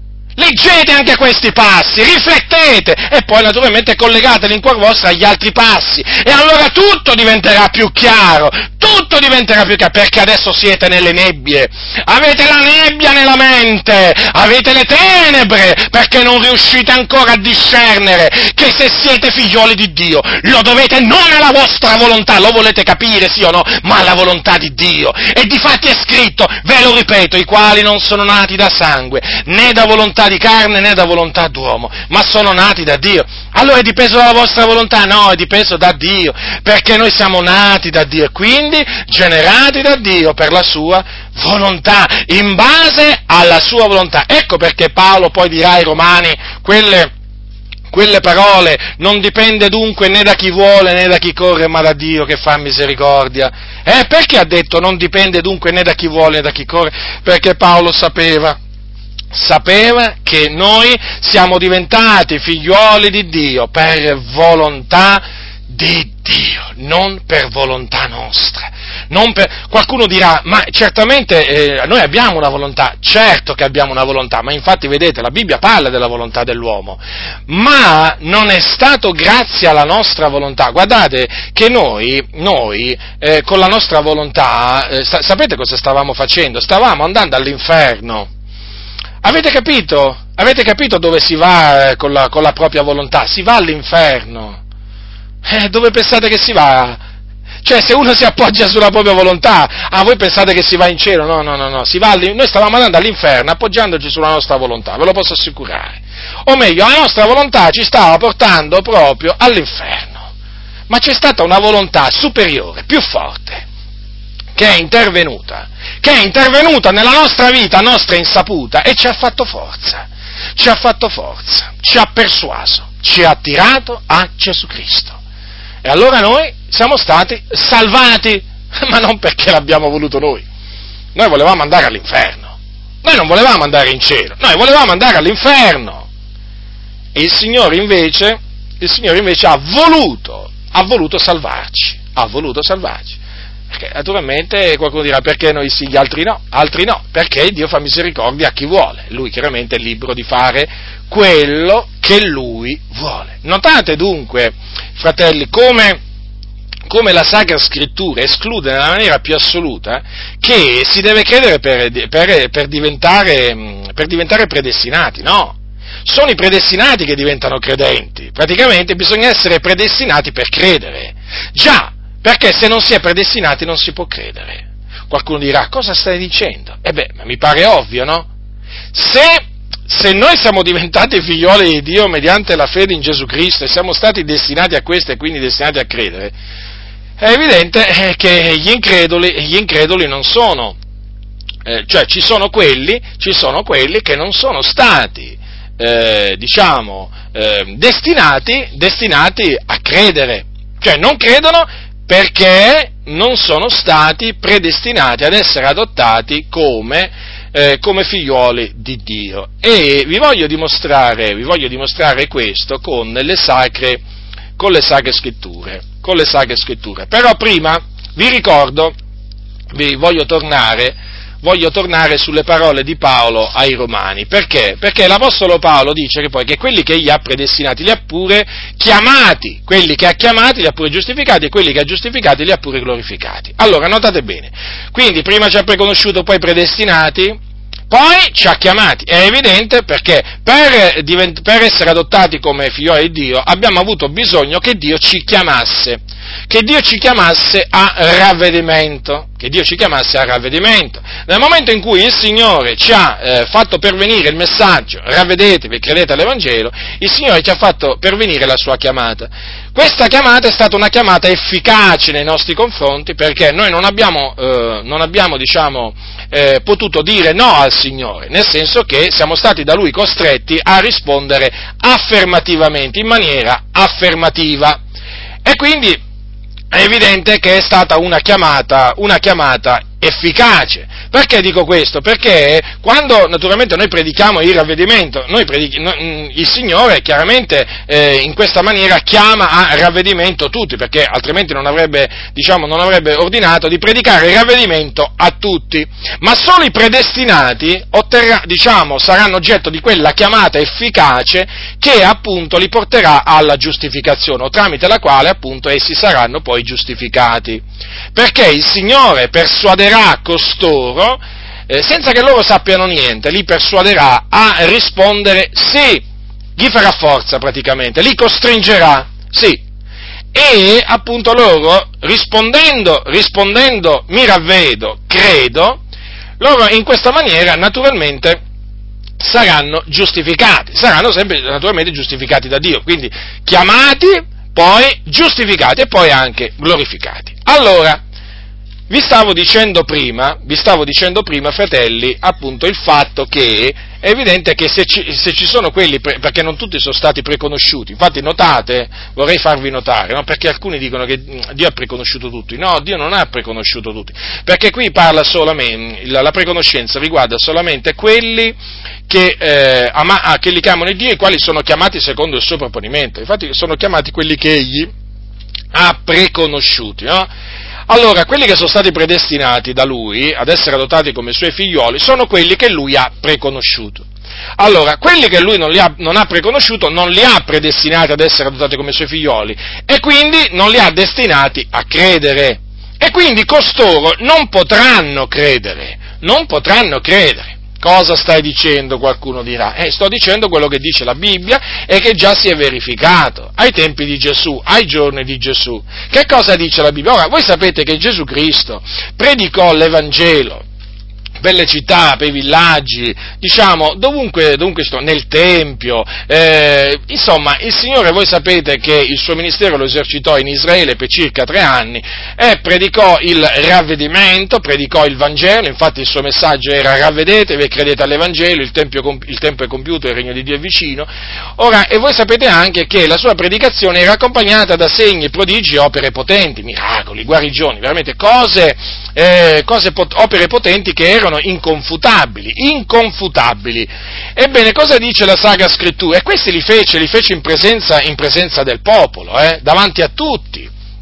Leggete anche questi passi, riflettete e poi naturalmente collegateli in cuor vostro agli altri passi e allora tutto diventerà più chiaro, tutto diventerà più chiaro, perché adesso siete nelle nebbie, avete la nebbia nella mente, avete le tenebre, perché non riuscite ancora a discernere che se siete figlioli di Dio lo dovete non alla vostra volontà, lo volete capire sì o no, ma alla volontà di Dio. E difatti è scritto, ve lo ripeto, i quali non sono nati da sangue, né da volontà di carne né da volontà d'uomo, ma sono nati da Dio. Allora è dipeso dalla vostra volontà? No, è dipeso da Dio, perché noi siamo nati da Dio e quindi generati da Dio per la sua volontà, in base alla sua volontà. Ecco perché Paolo poi dirà ai Romani quelle Quelle parole, non dipende dunque né da chi vuole né da chi corre, ma da Dio che fa misericordia. Eh, perché ha detto non dipende dunque né da chi vuole né da chi corre? Perché Paolo sapeva, sapeva che noi siamo diventati figliuoli di Dio per volontà di Dio, non per volontà nostra. Non per... Qualcuno dirà, ma certamente eh, noi abbiamo una volontà, certo che abbiamo una volontà, ma infatti vedete la Bibbia parla della volontà dell'uomo, ma non è stato grazie alla nostra volontà. Guardate che noi, noi eh, con la nostra volontà, eh, sa- sapete cosa stavamo facendo? Stavamo andando all'inferno. Avete capito? Avete capito dove si va eh, con, la, con la propria volontà? Si va all'inferno. Eh, dove pensate che si va? Cioè, se uno si appoggia sulla propria volontà, ah, voi pensate che si va in cielo? No, no, no, no, si va noi stavamo andando all'inferno appoggiandoci sulla nostra volontà, ve lo posso assicurare. O meglio, la nostra volontà ci stava portando proprio all'inferno. Ma c'è stata una volontà superiore, più forte, che è intervenuta, che è intervenuta nella nostra vita, a nostra insaputa, e ci ha fatto forza, ci ha fatto forza, ci ha persuaso, ci ha attirato a Gesù Cristo. E allora noi siamo stati salvati, ma non perché l'abbiamo voluto noi. Noi volevamo andare all'inferno, noi non volevamo andare in cielo, noi volevamo andare all'inferno. E il Signore invece, il Signore invece ha voluto, ha voluto salvarci, ha voluto salvarci. Perché naturalmente qualcuno dirà perché noi sì, gli altri no, altri no, perché Dio fa misericordia a chi vuole, Lui chiaramente è libero di fare quello che Lui vuole. Notate dunque, fratelli, come, come la Sacra Scrittura esclude nella maniera più assoluta che si deve credere per, per, per, diventare, per diventare predestinati, no? Sono i predestinati che diventano credenti, praticamente bisogna essere predestinati per credere, già, perché se non si è predestinati non si può credere. Qualcuno dirà, cosa stai dicendo? E beh, mi pare ovvio, no? Se, se noi siamo diventati figlioli di Dio mediante la fede in Gesù Cristo e siamo stati destinati a questo e quindi destinati a credere, è evidente che gli increduli, gli increduli non sono, eh, cioè ci sono quelli, ci sono quelli che non sono stati, eh, diciamo, eh, destinati, destinati a credere, cioè non credono perché non sono stati predestinati ad essere adottati come, eh, come figliuoli di Dio. E vi voglio dimostrare, vi voglio dimostrare questo con le sacre, con le Sacre Scritture, con le Sacre Scritture. Però prima vi ricordo, vi voglio tornare, voglio tornare sulle parole di Paolo ai Romani. Perché? Perché l'Apostolo Paolo dice che poi che quelli che egli ha predestinati li ha pure chiamati, quelli che ha chiamati li ha pure giustificati e quelli che ha giustificati li ha pure glorificati. Allora, notate bene, quindi prima ci ha preconosciuto, poi predestinati, poi ci ha chiamati. È evidente perché per, divent- per essere adottati come figlioli di Dio abbiamo avuto bisogno che Dio ci chiamasse, che Dio ci chiamasse a ravvedimento, che Dio ci chiamasse a ravvedimento. Nel momento in cui il Signore ci ha eh, fatto pervenire il messaggio, ravvedetevi e credete all'Evangelo, il Signore ci ha fatto pervenire la sua chiamata. Questa chiamata è stata una chiamata efficace nei nostri confronti, perché noi non abbiamo, eh, non abbiamo diciamo, eh, potuto dire no al Signore, nel senso che siamo stati da Lui costretti a rispondere affermativamente, in maniera affermativa. E quindi è evidente che è stata una chiamata, una chiamata efficace. Perché dico questo? Perché quando naturalmente noi predichiamo il ravvedimento, noi predichi, no, il Signore chiaramente eh, in questa maniera chiama a ravvedimento tutti, perché altrimenti non avrebbe, diciamo, non avrebbe ordinato di predicare il ravvedimento a tutti. Ma solo i predestinati otterrà, diciamo, saranno oggetto di quella chiamata efficace che appunto li porterà alla giustificazione, o tramite la quale appunto essi saranno poi giustificati. Perché il Signore persuaderà costoro, eh, senza che loro sappiano niente, li persuaderà a rispondere sì, gli farà forza praticamente, li costringerà, sì, e appunto loro rispondendo, rispondendo mi ravvedo, credo, loro in questa maniera naturalmente saranno giustificati, saranno sempre naturalmente giustificati da Dio, quindi chiamati, poi giustificati e poi anche glorificati. Allora, Vi stavo dicendo prima, vi stavo dicendo prima, fratelli, appunto il fatto che è evidente che se ci, se ci sono quelli, pre, perché non tutti sono stati preconosciuti, infatti notate, vorrei farvi notare, no? Perché alcuni dicono che Dio ha preconosciuto tutti, no, Dio non ha preconosciuto tutti, perché qui parla solamente, la, la preconoscenza riguarda solamente quelli che, eh, ama, quelli che amano Dio, i quali sono chiamati secondo il suo proponimento, infatti sono chiamati quelli che Egli ha preconosciuti, no? Allora, quelli che sono stati predestinati da Lui ad essere adottati come Suoi figlioli sono quelli che Lui ha preconosciuto. Allora, quelli che Lui non, li ha, non ha preconosciuto non li ha predestinati ad essere adottati come Suoi figlioli e quindi non li ha destinati a credere. E quindi costoro non potranno credere, non potranno credere. Cosa stai dicendo? Qualcuno dirà. Eh, sto dicendo quello che dice la Bibbia e che già si è verificato ai tempi di Gesù, ai giorni di Gesù. Che cosa dice la Bibbia? Ora, voi sapete che Gesù Cristo predicò l'Evangelo per le città, per i villaggi, diciamo, dovunque, dovunque sto, nel Tempio, eh, insomma, il Signore, voi sapete che il suo ministero lo esercitò in Israele per circa tre anni e predicò il ravvedimento, predicò il Vangelo, infatti il suo messaggio era ravvedetevi e credete all'Evangelo, il tempo, il tempo è compiuto, il regno di Dio è vicino. Ora, e voi sapete anche che la sua predicazione era accompagnata da segni, prodigi e opere potenti, miracoli, guarigioni, veramente cose, eh, cose pot- opere potenti che erano inconfutabili, inconfutabili. Ebbene, cosa dice la Sacra Scrittura? E questi li fece, li fece in presenza, in presenza del popolo, eh, davanti a tutti.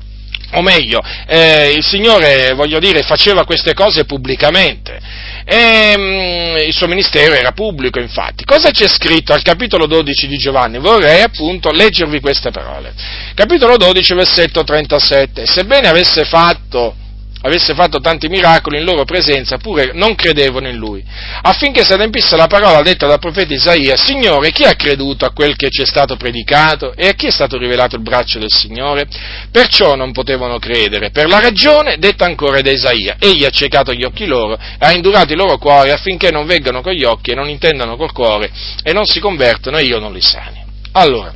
O meglio, eh, il Signore, voglio dire, faceva queste cose pubblicamente. E, um, il suo ministero era pubblico, infatti. Cosa c'è scritto al capitolo dodici di Giovanni? Vorrei appunto leggervi queste parole. Capitolo dodici, versetto trentasette. Sebbene avesse fatto avesse fatto tanti miracoli in loro presenza, pure non credevano in lui, affinché si adempisse la parola detta dal profeta Isaia: Signore, chi ha creduto a quel che ci è stato predicato e a chi è stato rivelato il braccio del Signore? Perciò non potevano credere, per la ragione detta ancora da Isaia: egli ha ciecato gli occhi loro e ha indurato i loro cuori affinché non veggano con gli occhi e non intendano col cuore e non si convertono e io non li sani. Allora,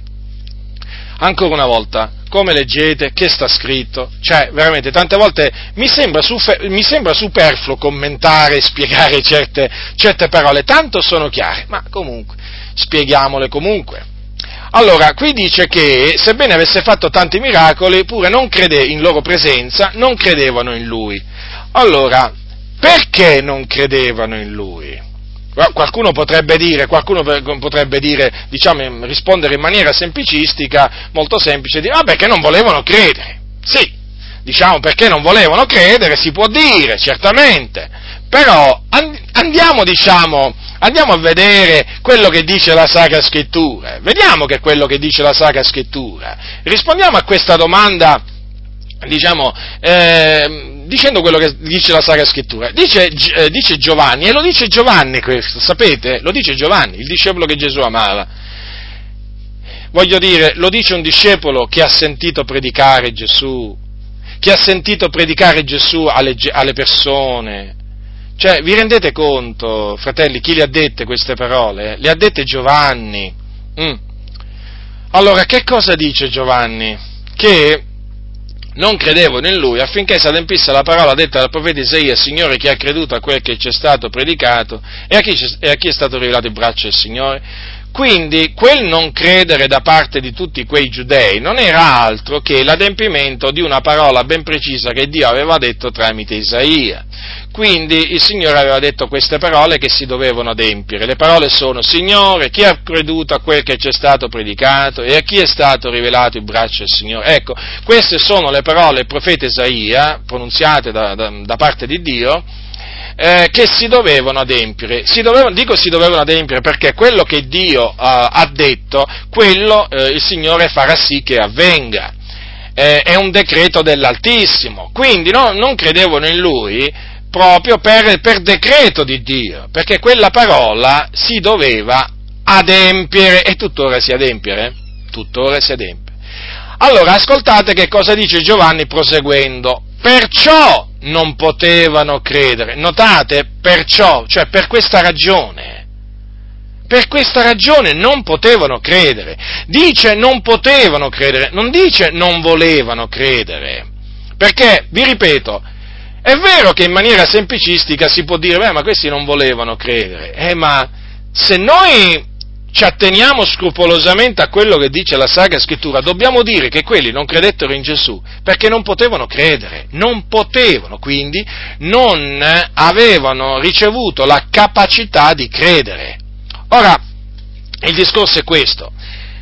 ancora una volta, come leggete, che sta scritto? Cioè, veramente, tante volte mi sembra, sufe- mi sembra superfluo commentare e spiegare certe, certe parole, tanto sono chiare, ma comunque, spieghiamole comunque. Allora, qui dice che, sebbene avesse fatto tanti miracoli, pure non crede in loro presenza, non credevano in lui. Allora, perché non credevano in lui? Qualcuno potrebbe dire, qualcuno potrebbe dire, diciamo, rispondere in maniera semplicistica, molto semplice, dire, vabbè, che non volevano credere. Sì, diciamo, perché non volevano credere, si può dire, certamente, però andiamo, diciamo, andiamo a vedere quello che dice la Sacra Scrittura, vediamo che è quello che dice la Sacra Scrittura, rispondiamo a questa domanda, diciamo, eh, dicendo quello che dice la Sacra Scrittura. Dice, eh, dice Giovanni, e lo dice Giovanni questo, sapete? Lo dice Giovanni, il discepolo che Gesù amava. Voglio dire, lo dice un discepolo che ha sentito predicare Gesù, che ha sentito predicare Gesù alle, alle persone. Cioè, vi rendete conto, fratelli, chi le ha dette queste parole? Le ha dette Giovanni. Mm. Allora, che cosa dice Giovanni? Che non credevano in lui affinché si adempisse la parola detta dal profeta Isaia: Signore, chi ha creduto a quel che ci è stato predicato e a chi, e a chi è stato rivelato il braccio del Signore? Quindi quel non credere da parte di tutti quei giudei non era altro che l'adempimento di una parola ben precisa che Dio aveva detto tramite Isaia. Quindi il Signore aveva detto queste parole che si dovevano adempiere. Le parole sono: Signore, chi ha creduto a quel che ci è stato predicato e a chi è stato rivelato il braccio del Signore? Ecco, queste sono le parole del profeta Isaia, pronunziate da, da, da parte di Dio, eh, che si dovevano adempiere. Si dovevano, dico si dovevano adempiere perché quello che Dio uh, ha detto, quello uh, il Signore farà sì che avvenga. Eh, è un decreto dell'Altissimo, quindi no, non credevano in Lui proprio per, per decreto di Dio, perché quella parola si doveva adempiere, e tuttora si adempiere, tuttora si adempie. Allora, ascoltate che cosa dice Giovanni proseguendo: perciò non potevano credere, notate, perciò, cioè per questa ragione, per questa ragione non potevano credere, dice non potevano credere, non dice non volevano credere, perché, vi ripeto, è vero che in maniera semplicistica si può dire, beh, ma questi non volevano credere, eh, ma se noi ci atteniamo scrupolosamente a quello che dice la Sacra Scrittura, dobbiamo dire che quelli non credettero in Gesù perché non potevano credere, non potevano, quindi non avevano ricevuto la capacità di credere. Ora, il discorso è questo.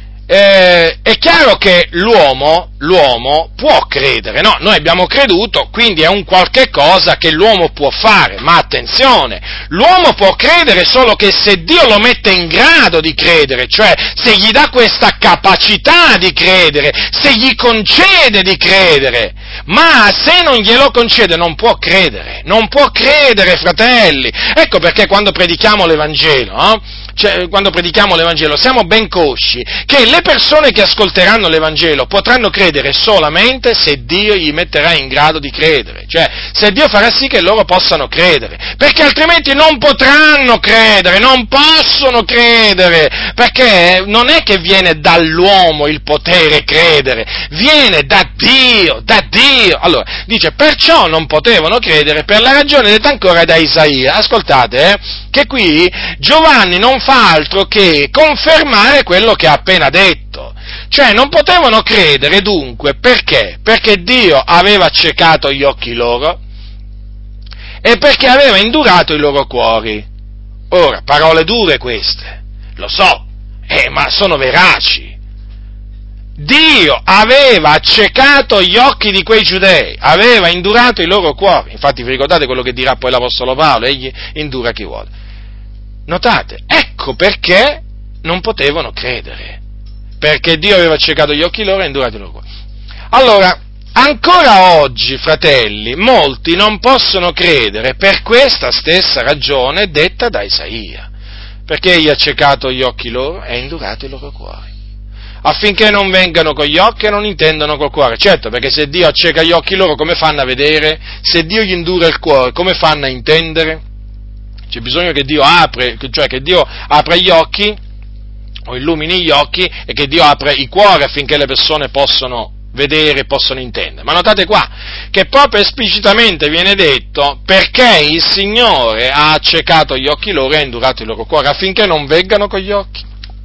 Eh, è chiaro che l'uomo, l'uomo può credere, no? Noi abbiamo creduto, quindi è un qualche cosa che l'uomo può fare, ma attenzione, l'uomo può credere solo che se Dio lo mette in grado di credere, cioè se gli dà questa capacità di credere, se gli concede di credere, ma se non glielo concede non può credere, non può credere, fratelli. Ecco perché quando predichiamo l'Evangelo, no? Cioè, quando predichiamo l'Evangelo siamo ben consci che le persone che ascolteranno l'Evangelo potranno credere solamente se Dio gli metterà in grado di credere, cioè se Dio farà sì che loro possano credere, perché altrimenti non potranno credere, non possono credere, perché non è che viene dall'uomo il potere credere, viene da Dio, da Dio. Allora, dice, perciò non potevano credere per la ragione detta ancora da Isaia. Ascoltate, eh, che qui Giovanni non fa altro che confermare quello che ha appena detto, cioè non potevano credere dunque, perché? Perché Dio aveva accecato gli occhi loro e perché aveva indurato i loro cuori. Ora, parole dure queste, lo so, eh, ma sono veraci. Dio aveva accecato gli occhi di quei giudei, aveva indurato i loro cuori. Infatti vi ricordate quello che dirà poi l'Apostolo Paolo? Egli indura chi vuole. Notate, ecco perché non potevano credere, perché Dio aveva accecato gli occhi loro e indurato i loro cuori. Allora, ancora oggi, fratelli, molti non possono credere per questa stessa ragione detta da Isaia, perché egli ha accecato gli occhi loro e ha indurato i loro cuori, affinché non vengano con gli occhi e non intendano col cuore. Certo, perché se Dio acceca gli occhi loro, come fanno a vedere? Se Dio gli indura il cuore, come fanno a intendere? C'è bisogno che Dio apre, cioè che Dio apra gli occhi, o illumini gli occhi, e che Dio apra i cuori affinché le persone possano vedere e possono intendere. Ma notate qua, che proprio esplicitamente viene detto perché il Signore ha accecato gli occhi loro e ha indurato il loro cuore, affinché non veggano con gli occhi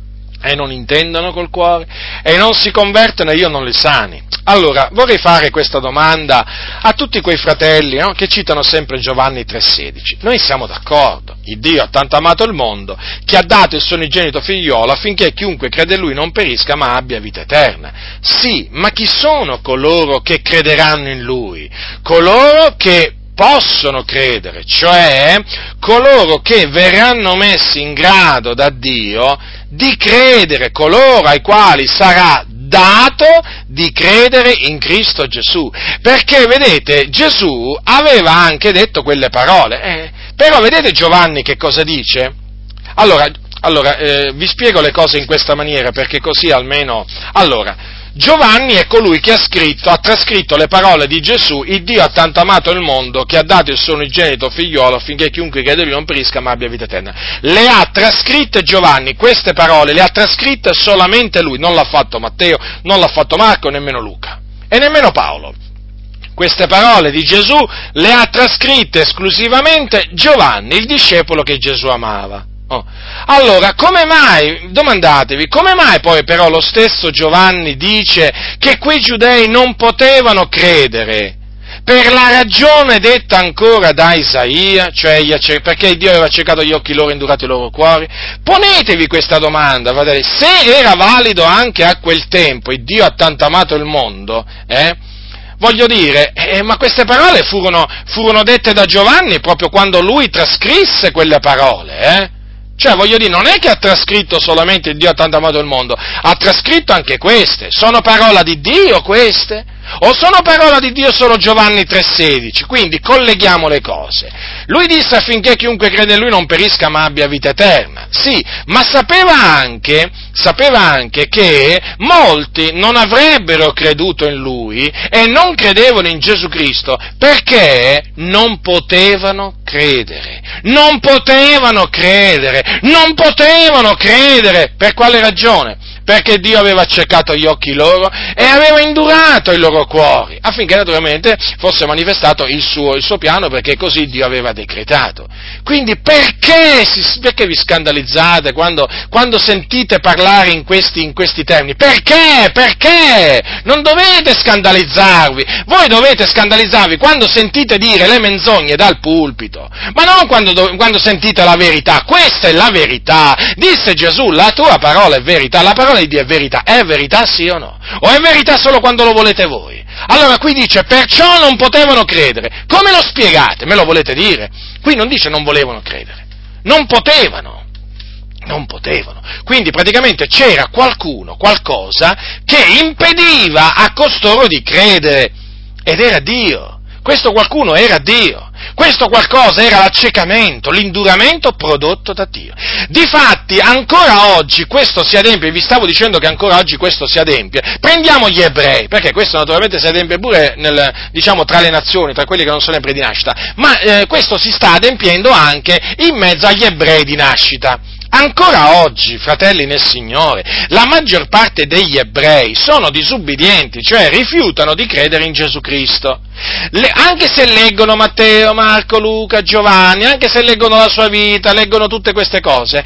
e non intendono col cuore, e non si convertono e io non li sani. Allora, vorrei fare questa domanda a tutti quei fratelli, no, che citano sempre Giovanni tre sedici. Noi siamo d'accordo, il Dio ha tanto amato il mondo, che ha dato il suo unigenito figliolo affinché chiunque crede in Lui non perisca ma abbia vita eterna. Sì, ma chi sono coloro che crederanno in Lui? Coloro che possono credere, cioè coloro che verranno messi in grado da Dio di credere, coloro ai quali sarà dato di credere in Cristo Gesù, perché vedete Gesù aveva anche detto quelle parole, eh, però vedete Giovanni che cosa dice? Allora, allora eh, vi spiego le cose in questa maniera perché così almeno, allora, Giovanni è colui che ha scritto, ha trascritto le parole di Gesù: il Dio ha tanto amato il mondo che ha dato il suo unigenito figliolo affinché chiunque crede in lui non perisca ma abbia vita eterna. Le ha trascritte Giovanni, queste parole le ha trascritte solamente lui, non l'ha fatto Matteo, non l'ha fatto Marco, nemmeno Luca e nemmeno Paolo. Queste parole di Gesù le ha trascritte esclusivamente Giovanni, il discepolo che Gesù amava. Oh. Allora, come mai, domandatevi, come mai poi però lo stesso Giovanni dice che quei giudei non potevano credere? Per la ragione detta ancora da Isaia, cioè perché Dio aveva cercato gli occhi loro e indurato i loro cuori? Ponetevi questa domanda, fratelli, se era valido anche a quel tempo, il Dio ha tanto amato il mondo, eh? Voglio dire, eh, ma queste parole furono, furono dette da Giovanni proprio quando lui trascrisse quelle parole, eh? Cioè, voglio dire, non è che ha trascritto solamente il Dio ha tanto amato il mondo, ha trascritto anche queste. Sono parola di Dio queste? O sono parola di Dio solo Giovanni tre sedici? Quindi colleghiamo le cose. Lui disse affinché chiunque crede in lui non perisca ma abbia vita eterna. Sì, ma sapeva anche, sapeva anche che molti non avrebbero creduto in lui e non credevano in Gesù Cristo perché non potevano credere. Non potevano credere, non potevano credere. Per quale ragione? Perché Dio aveva cercato gli occhi loro e aveva indurato i loro cuori, affinché naturalmente fosse manifestato il suo, il suo piano, perché così Dio aveva decretato. Quindi perché, perché vi scandalizzate quando, quando sentite parlare in questi, in questi termini? Perché? Perché? Non dovete scandalizzarvi, voi dovete scandalizzarvi quando sentite dire le menzogne dal pulpito, ma non quando, quando sentite la verità. Questa è la verità, disse Gesù, la tua parola è verità, la parola di Dio è verità. È verità sì o no? O è verità solo quando lo volete voi? Allora qui dice, perciò non potevano credere. Come lo spiegate? Me lo volete dire? Qui non dice non volevano credere, non potevano, non potevano. Quindi praticamente c'era qualcuno, qualcosa che impediva a costoro di credere, ed era Dio. Questo qualcuno era Dio. Questo qualcosa era l'accecamento, l'induramento prodotto da Dio. Difatti, ancora oggi questo si adempie, vi stavo dicendo che ancora oggi questo si adempie. Prendiamo gli ebrei, perché questo naturalmente si adempie pure nel, diciamo, tra le nazioni, tra quelli che non sono ebrei di nascita, ma eh, questo si sta adempiendo anche in mezzo agli ebrei di nascita. Ancora oggi, fratelli nel Signore, la maggior parte degli ebrei sono disubbidienti, cioè rifiutano di credere in Gesù Cristo. Le, anche se leggono Matteo, Marco, Luca, Giovanni, anche se leggono la sua vita, leggono tutte queste cose,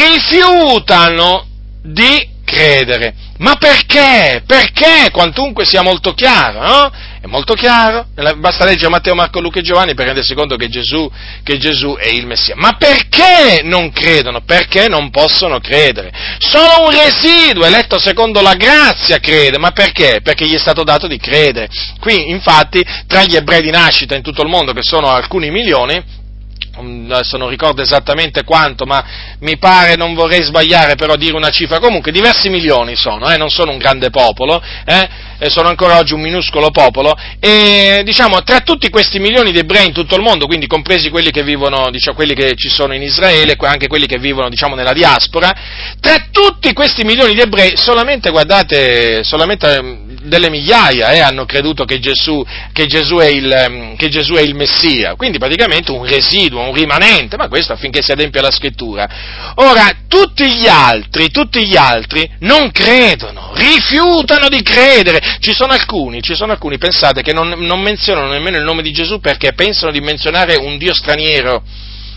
rifiutano di credere. Ma perché? Perché? Quantunque sia molto chiaro, no? È molto chiaro, basta leggere Matteo, Marco, Luca e Giovanni per rendersi conto che Gesù, che Gesù è il Messia. Ma perché non credono? Perché non possono credere? Solo un residuo eletto secondo la grazia crede, ma perché? Perché gli è stato dato di credere. Qui, infatti, tra gli ebrei di nascita in tutto il mondo, che sono alcuni milioni, adesso non ricordo esattamente quanto, ma mi pare, non vorrei sbagliare però dire una cifra, comunque diversi milioni sono, eh, non sono un grande popolo, eh, e sono ancora oggi un minuscolo popolo, e diciamo tra tutti questi milioni di ebrei in tutto il mondo, quindi compresi quelli che vivono, diciamo, quelli che ci sono in Israele, anche quelli che vivono, diciamo, nella diaspora, tra tutti questi milioni di ebrei, solamente, guardate, solamente delle migliaia eh, hanno creduto che Gesù, che, Gesù è il, che Gesù è il Messia, quindi praticamente un residuo, un rimanente, ma questo affinché si adempia la scrittura. Ora, tutti gli altri, tutti gli altri non credono, rifiutano di credere. Ci sono alcuni, ci sono alcuni, pensate, che non, non menzionano nemmeno il nome di Gesù perché pensano di menzionare un Dio straniero.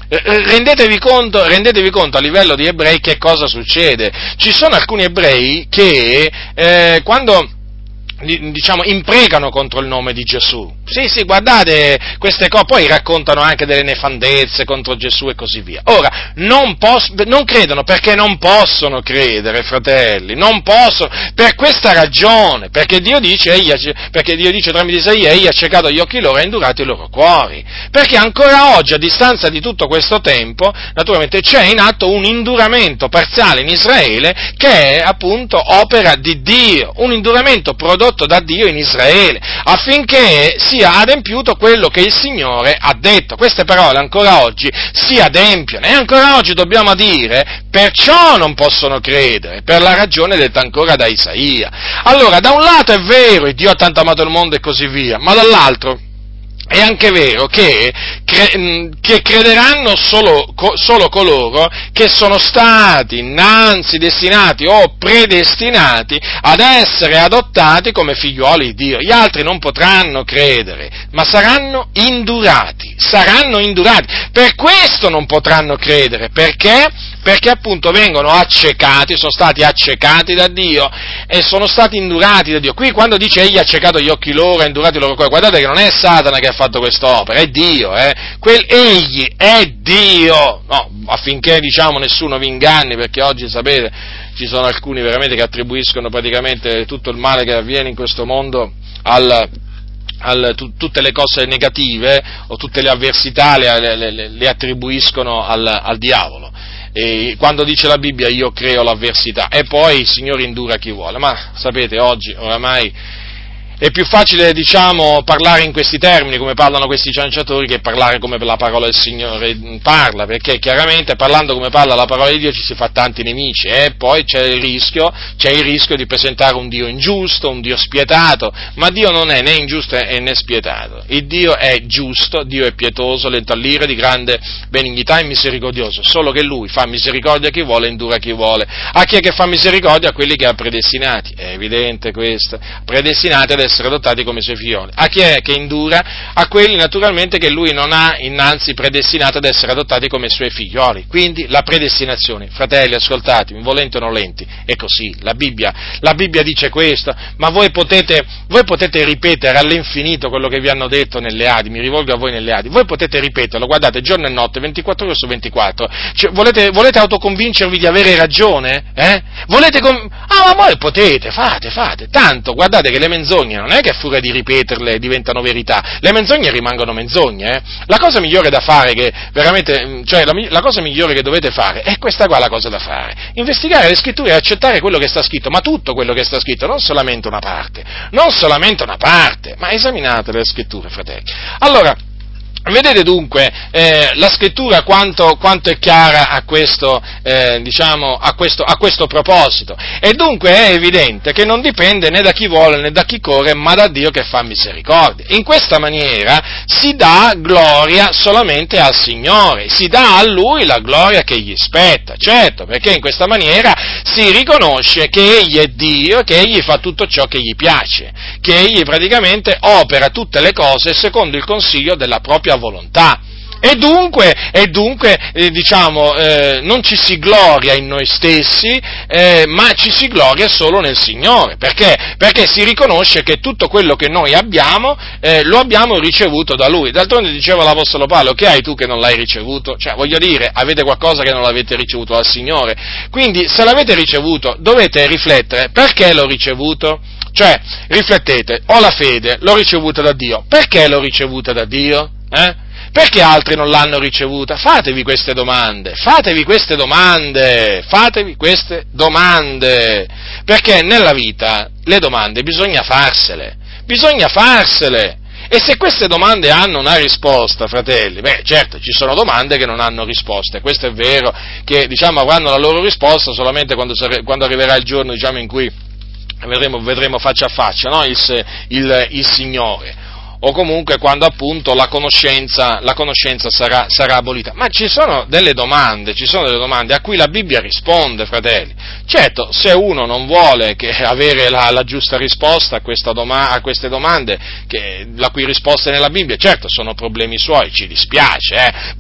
rendetevi conto, rendetevi conto a livello di ebrei che cosa succede. Ci sono alcuni ebrei che eh, quando diciamo imprecano contro il nome di Gesù. Sì, sì, guardate queste cose, poi raccontano anche delle nefandezze contro Gesù e così via. Ora, non, poss- non credono perché non possono credere, fratelli, non possono, per questa ragione, perché Dio dice, egli ha, perché Dio dice tramite Isaia, egli ha ciecato gli occhi loro e ha indurato i loro cuori, perché ancora oggi, a distanza di tutto questo tempo, naturalmente c'è in atto un induramento parziale in Israele che è appunto opera di Dio, un induramento prodotto da Dio in Israele, affinché sia adempiuto quello che il Signore ha detto. Queste parole ancora oggi si adempiono, e ancora oggi dobbiamo dire, perciò non possono credere, per la ragione detta ancora da Isaia. Allora, da un lato è vero, Dio ha tanto amato il mondo e così via, ma dall'altro è anche vero che, cre- che crederanno solo, co- solo coloro che sono stati innanzi destinati o predestinati ad essere adottati come figliuoli di Dio. Gli altri non potranno credere, ma saranno indurati, saranno indurati. Per questo non potranno credere, perché? Perché appunto vengono accecati, sono stati accecati da Dio e sono stati indurati da Dio. Qui quando dice egli ha accecato gli occhi loro, ha indurato i loro cuori, guardate che non è Satana che ha fatto quest'opera, è Dio, eh? Quel, egli è Dio, no, affinché diciamo nessuno vi inganni, perché oggi sapete ci sono alcuni veramente che attribuiscono praticamente tutto il male che avviene in questo mondo al Al, tu, tutte le cose negative o tutte le avversità le, le, le, le attribuiscono al, al diavolo. E quando dice la Bibbia io creo l'avversità e poi il Signore indura chi vuole, ma sapete oggi oramai è più facile, diciamo, parlare in questi termini, come parlano questi cianciatori, che parlare come la parola del Signore parla, perché chiaramente parlando come parla la parola di Dio ci si fa tanti nemici, e poi c'è il rischio, c'è il rischio di presentare un Dio ingiusto, un Dio spietato, ma Dio non è né ingiusto né spietato, il Dio è giusto, Dio è pietoso, lento all'ira, di grande benignità e misericordioso, solo che Lui fa misericordia a chi vuole e indura chi vuole. A chi è che fa misericordia? A quelli che ha predestinati, è evidente questo, predestinati ad essere adottati come suoi figlioli. A chi è che indura? A quelli naturalmente che lui non ha innanzi predestinato ad essere adottati come suoi figlioli. Quindi la predestinazione, fratelli, ascoltatemi, volenti o nolenti, è così. La Bibbia, la Bibbia dice questo, ma voi potete, voi potete ripetere all'infinito quello che vi hanno detto nelle Adi, mi rivolgo a voi nelle Adi, voi potete ripeterlo, guardate, giorno e notte, ventiquattro ore su ventiquattro, cioè, volete, volete autoconvincervi di avere ragione? Eh? Volete com- ah, ma voi potete, fate, fate, tanto, guardate che le menzogne non è che a furia di ripeterle diventano verità, le menzogne rimangono menzogne, eh? La cosa migliore da fare, che veramente, cioè la, la cosa migliore che dovete fare, è questa qua la cosa da fare, investigare le scritture e accettare quello che sta scritto, ma tutto quello che sta scritto, non solamente una parte, non solamente una parte, ma esaminate le scritture, fratelli. Allora, vedete dunque eh, la scrittura quanto, quanto è chiara a questo, eh, diciamo, a questo, a questo proposito, e dunque è evidente che non dipende né da chi vuole né da chi corre, ma da Dio che fa misericordia. In questa maniera si dà gloria solamente al Signore, si dà a Lui la gloria che gli spetta, certo, perché in questa maniera si riconosce che Egli è Dio, che Egli fa tutto ciò che gli piace, che Egli praticamente opera tutte le cose secondo il consiglio della propria volontà. E dunque, e dunque eh, diciamo, eh, non ci si gloria in noi stessi, eh, ma ci si gloria solo nel Signore. Perché? Perché si riconosce che tutto quello che noi abbiamo, eh, lo abbiamo ricevuto da Lui. D'altronde diceva l'Apostolo Paolo, che hai tu che non l'hai ricevuto? Cioè, voglio dire, avete qualcosa che non l'avete ricevuto dal Signore. Quindi, se l'avete ricevuto, dovete riflettere, perché l'ho ricevuto? Cioè, riflettete, ho la fede, l'ho ricevuta da Dio. Perché l'ho ricevuta da Dio? Eh? Perché altri non l'hanno ricevuta? Fatevi queste domande, fatevi queste domande, fatevi queste domande, perché nella vita le domande bisogna farsele, bisogna farsele, e se queste domande hanno una risposta, fratelli, beh, certo, ci sono domande che non hanno risposte, questo è vero, che, diciamo, avranno la loro risposta solamente quando, quando arriverà il giorno, diciamo, in cui vedremo, vedremo faccia a faccia, no? il, il, il Signore, o comunque quando appunto la conoscenza, la conoscenza sarà, sarà abolita. Ma ci sono delle domande, ci sono delle domande a cui la Bibbia risponde, fratelli. Certo, se uno non vuole che avere la, la giusta risposta a, questa doma, a queste domande, che, la cui risposta è nella Bibbia, certo sono problemi suoi, ci dispiace, eh, però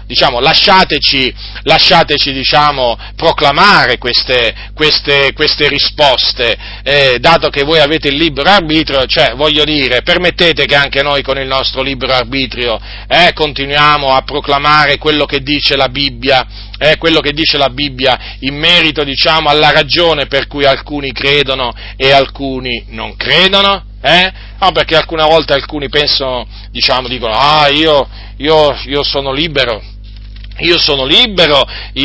diciamo, lasciateci, lasciateci, diciamo, proclamare queste, queste, queste risposte, eh, dato che voi avete il libero arbitrio, cioè, voglio dire, permettete che anche noi con il nostro libero arbitrio, eh, continuiamo a proclamare quello che dice la Bibbia, eh, quello che dice la Bibbia in merito, diciamo, alla ragione per cui alcuni credono e alcuni non credono, eh? No, perché alcune volte alcuni pensano, diciamo, dicono, ah, io, io, io sono libero, io sono libero,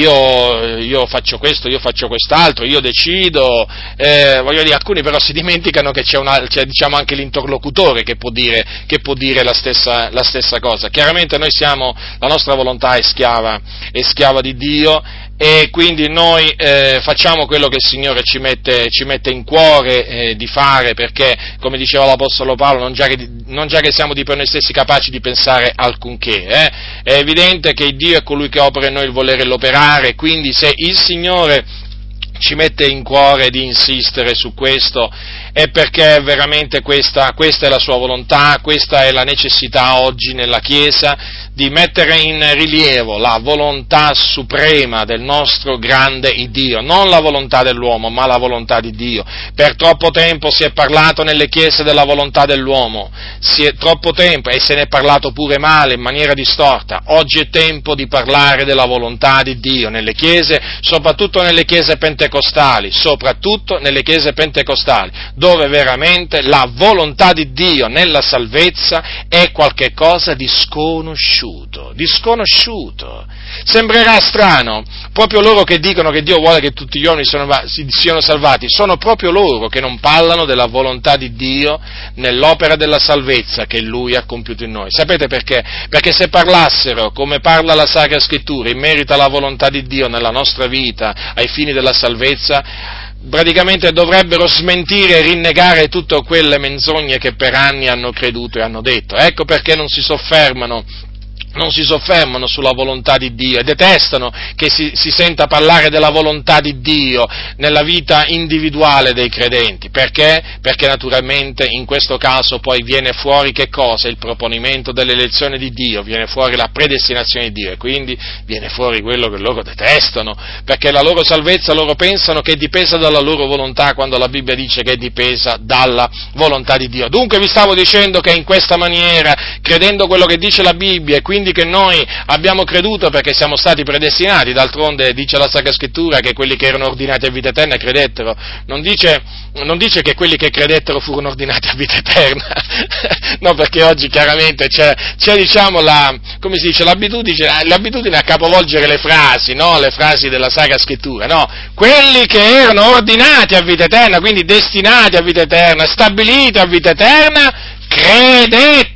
io, io faccio questo, io faccio quest'altro, io decido, eh, voglio dire, alcuni però si dimenticano che c'è, una, c'è diciamo anche l'interlocutore che può dire, che può dire la stessa, la stessa cosa. Chiaramente noi siamo, la nostra volontà è schiava, è schiava di Dio, e quindi noi eh, facciamo quello che il Signore ci mette, ci mette in cuore eh, di fare, perché, come diceva l'Apostolo Paolo, non già, che, non già che siamo di per noi stessi capaci di pensare alcunché, eh? È evidente che Dio è colui che opera in noi il volere e l'operare, quindi se il Signore ci mette in cuore di insistere su questo, è perché veramente questa, questa è la sua volontà, questa è la necessità oggi nella Chiesa, di mettere in rilievo la volontà suprema del nostro grande Dio, non la volontà dell'uomo, ma la volontà di Dio. Per troppo tempo si è parlato nelle chiese della volontà dell'uomo, si è troppo tempo, e se ne è parlato pure male, in maniera distorta. Oggi è tempo di parlare della volontà di Dio nelle chiese, soprattutto nelle chiese pentecostali, soprattutto nelle chiese pentecostali, dove veramente la volontà di Dio nella salvezza è qualche cosa di sconosciuto. Di sconosciuto. Sembrerà strano, proprio loro che dicono che Dio vuole che tutti gli uomini siano salvati, sono proprio loro che non parlano della volontà di Dio nell'opera della salvezza che Lui ha compiuto in noi. Sapete perché? Perché se parlassero, come parla la Sacra Scrittura, in merito alla volontà di Dio nella nostra vita, ai fini della salvezza, praticamente dovrebbero smentire e rinnegare tutte quelle menzogne che per anni hanno creduto e hanno detto. Ecco perché non si soffermano non si soffermano sulla volontà di Dio e detestano che si, si senta parlare della volontà di Dio nella vita individuale dei credenti. Perché? Perché naturalmente in questo caso poi viene fuori che cosa? Il proponimento dell'elezione di Dio, viene fuori la predestinazione di Dio, e quindi viene fuori quello che loro detestano, perché la loro salvezza loro pensano che è dipesa dalla loro volontà, quando la Bibbia dice che è dipesa dalla volontà di Dio. Dunque vi stavo dicendo che in questa maniera, credendo quello che dice la Bibbia, e quindi che noi abbiamo creduto perché siamo stati predestinati, d'altronde dice la Sacra Scrittura che quelli che erano ordinati a vita eterna credettero, non dice, non dice che quelli che credettero furono ordinati a vita eterna, no, perché oggi chiaramente c'è, c'è diciamo la, come si dice, l'abitudine, l'abitudine a capovolgere le frasi, no, le frasi della Sacra Scrittura, no, quelli che erano ordinati a vita eterna, quindi destinati a vita eterna, stabiliti a vita eterna, credettero.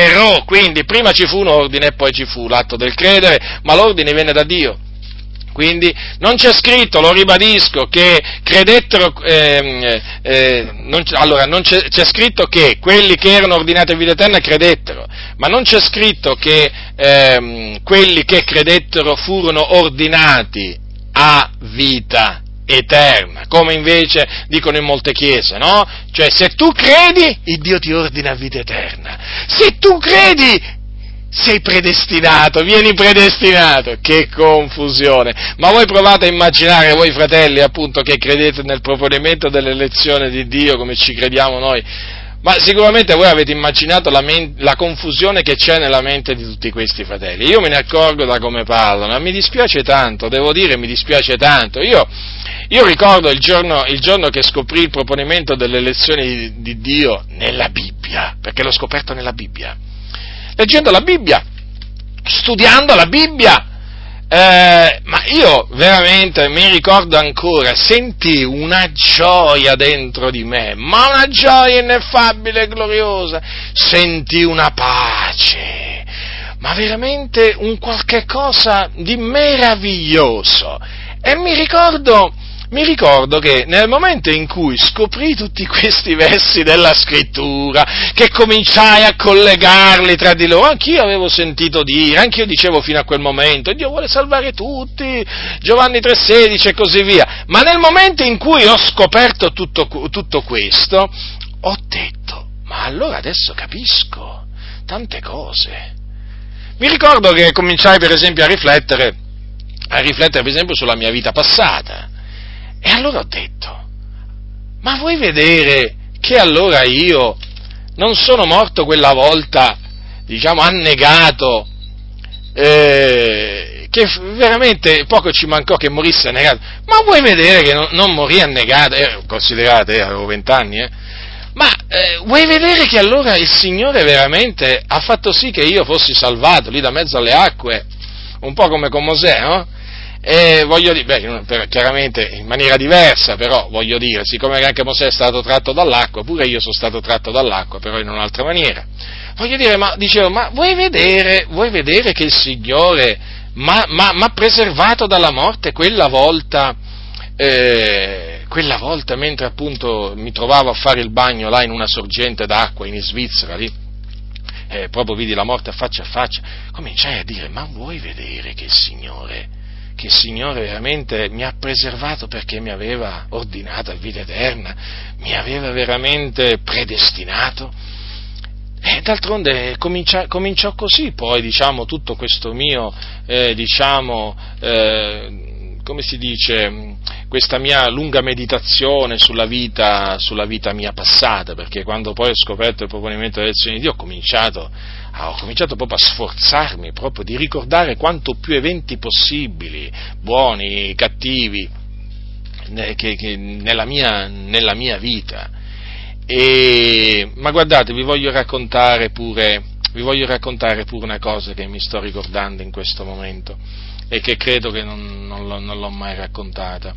Quindi prima ci fu un ordine e poi ci fu l'atto del credere, ma l'ordine venne da Dio. Quindi non c'è scritto, lo ribadisco, che credettero, eh, eh, non allora non c'è, c'è scritto che quelli che erano ordinati a vita eterna credettero, ma non c'è scritto che eh, quelli che credettero furono ordinati a vita eterna, come invece dicono in molte chiese, no? Cioè, se tu credi, il Dio ti ordina vita eterna. Se tu credi, sei predestinato, vieni predestinato. Che confusione! Ma voi provate a immaginare, voi fratelli, appunto, che credete nel proponimento dell'elezione di Dio, come ci crediamo noi, ma sicuramente voi avete immaginato la, men- la confusione che c'è nella mente di tutti questi fratelli. Io me ne accorgo da come parlano, ma mi dispiace tanto, devo dire, mi dispiace tanto. Io, io ricordo il giorno, il giorno che scoprì il proponimento dell'elezione di, di Dio nella Bibbia, perché l'ho scoperto nella Bibbia. Leggendo la Bibbia, studiando la Bibbia, eh, ma io veramente mi ricordo ancora, sentii una gioia dentro di me, ma una gioia ineffabile e gloriosa, sentii una pace, ma veramente un qualche cosa di meraviglioso, e mi ricordo... Mi ricordo che nel momento in cui scoprì tutti questi versi della Scrittura, che cominciai a collegarli tra di loro, anch'io avevo sentito dire, anch'io dicevo fino a quel momento, Dio vuole salvare tutti, Giovanni tre sedici e così via, ma nel momento in cui ho scoperto tutto, tutto questo, ho detto, ma allora adesso capisco tante cose. Mi ricordo che cominciai per esempio a riflettere, a riflettere per esempio sulla mia vita passata, e allora ho detto, ma vuoi vedere che allora io non sono morto quella volta, diciamo, annegato, eh, che veramente poco ci mancò che morisse annegato, ma vuoi vedere che non, non morì annegato, eh, considerate, eh, avevo vent'anni, eh, ma eh, vuoi vedere che allora il Signore veramente ha fatto sì che io fossi salvato lì da mezzo alle acque, un po' come con Mosè, no? E voglio dire, beh, per, chiaramente in maniera diversa, però voglio dire, siccome anche Mosè è stato tratto dall'acqua, pure io sono stato tratto dall'acqua, però in un'altra maniera. Voglio dire, ma dicevo, ma vuoi vedere, vuoi vedere che il Signore mi ha preservato dalla morte quella volta, eh, quella volta mentre appunto mi trovavo a fare il bagno là in una sorgente d'acqua in Svizzera, lì, eh, proprio vidi la morte a faccia a faccia, cominciai a dire, ma vuoi vedere che il Signore... che il Signore veramente mi ha preservato perché mi aveva ordinato a vita eterna, mi aveva veramente predestinato. E d'altronde comincia, cominciò così poi, diciamo, tutto questo mio, eh, diciamo, eh, come si dice, questa mia lunga meditazione sulla vita, sulla vita mia passata, perché quando poi ho scoperto il proponimento dell'elezione di Dio ho cominciato, ho cominciato proprio a sforzarmi proprio di ricordare quanto più eventi possibili, buoni, cattivi, che, che nella mia, nella mia vita. E, ma guardate, vi voglio raccontare pure, vi voglio raccontare pure una cosa che mi sto ricordando in questo momento e che credo che non, non, l'ho, non l'ho mai raccontata.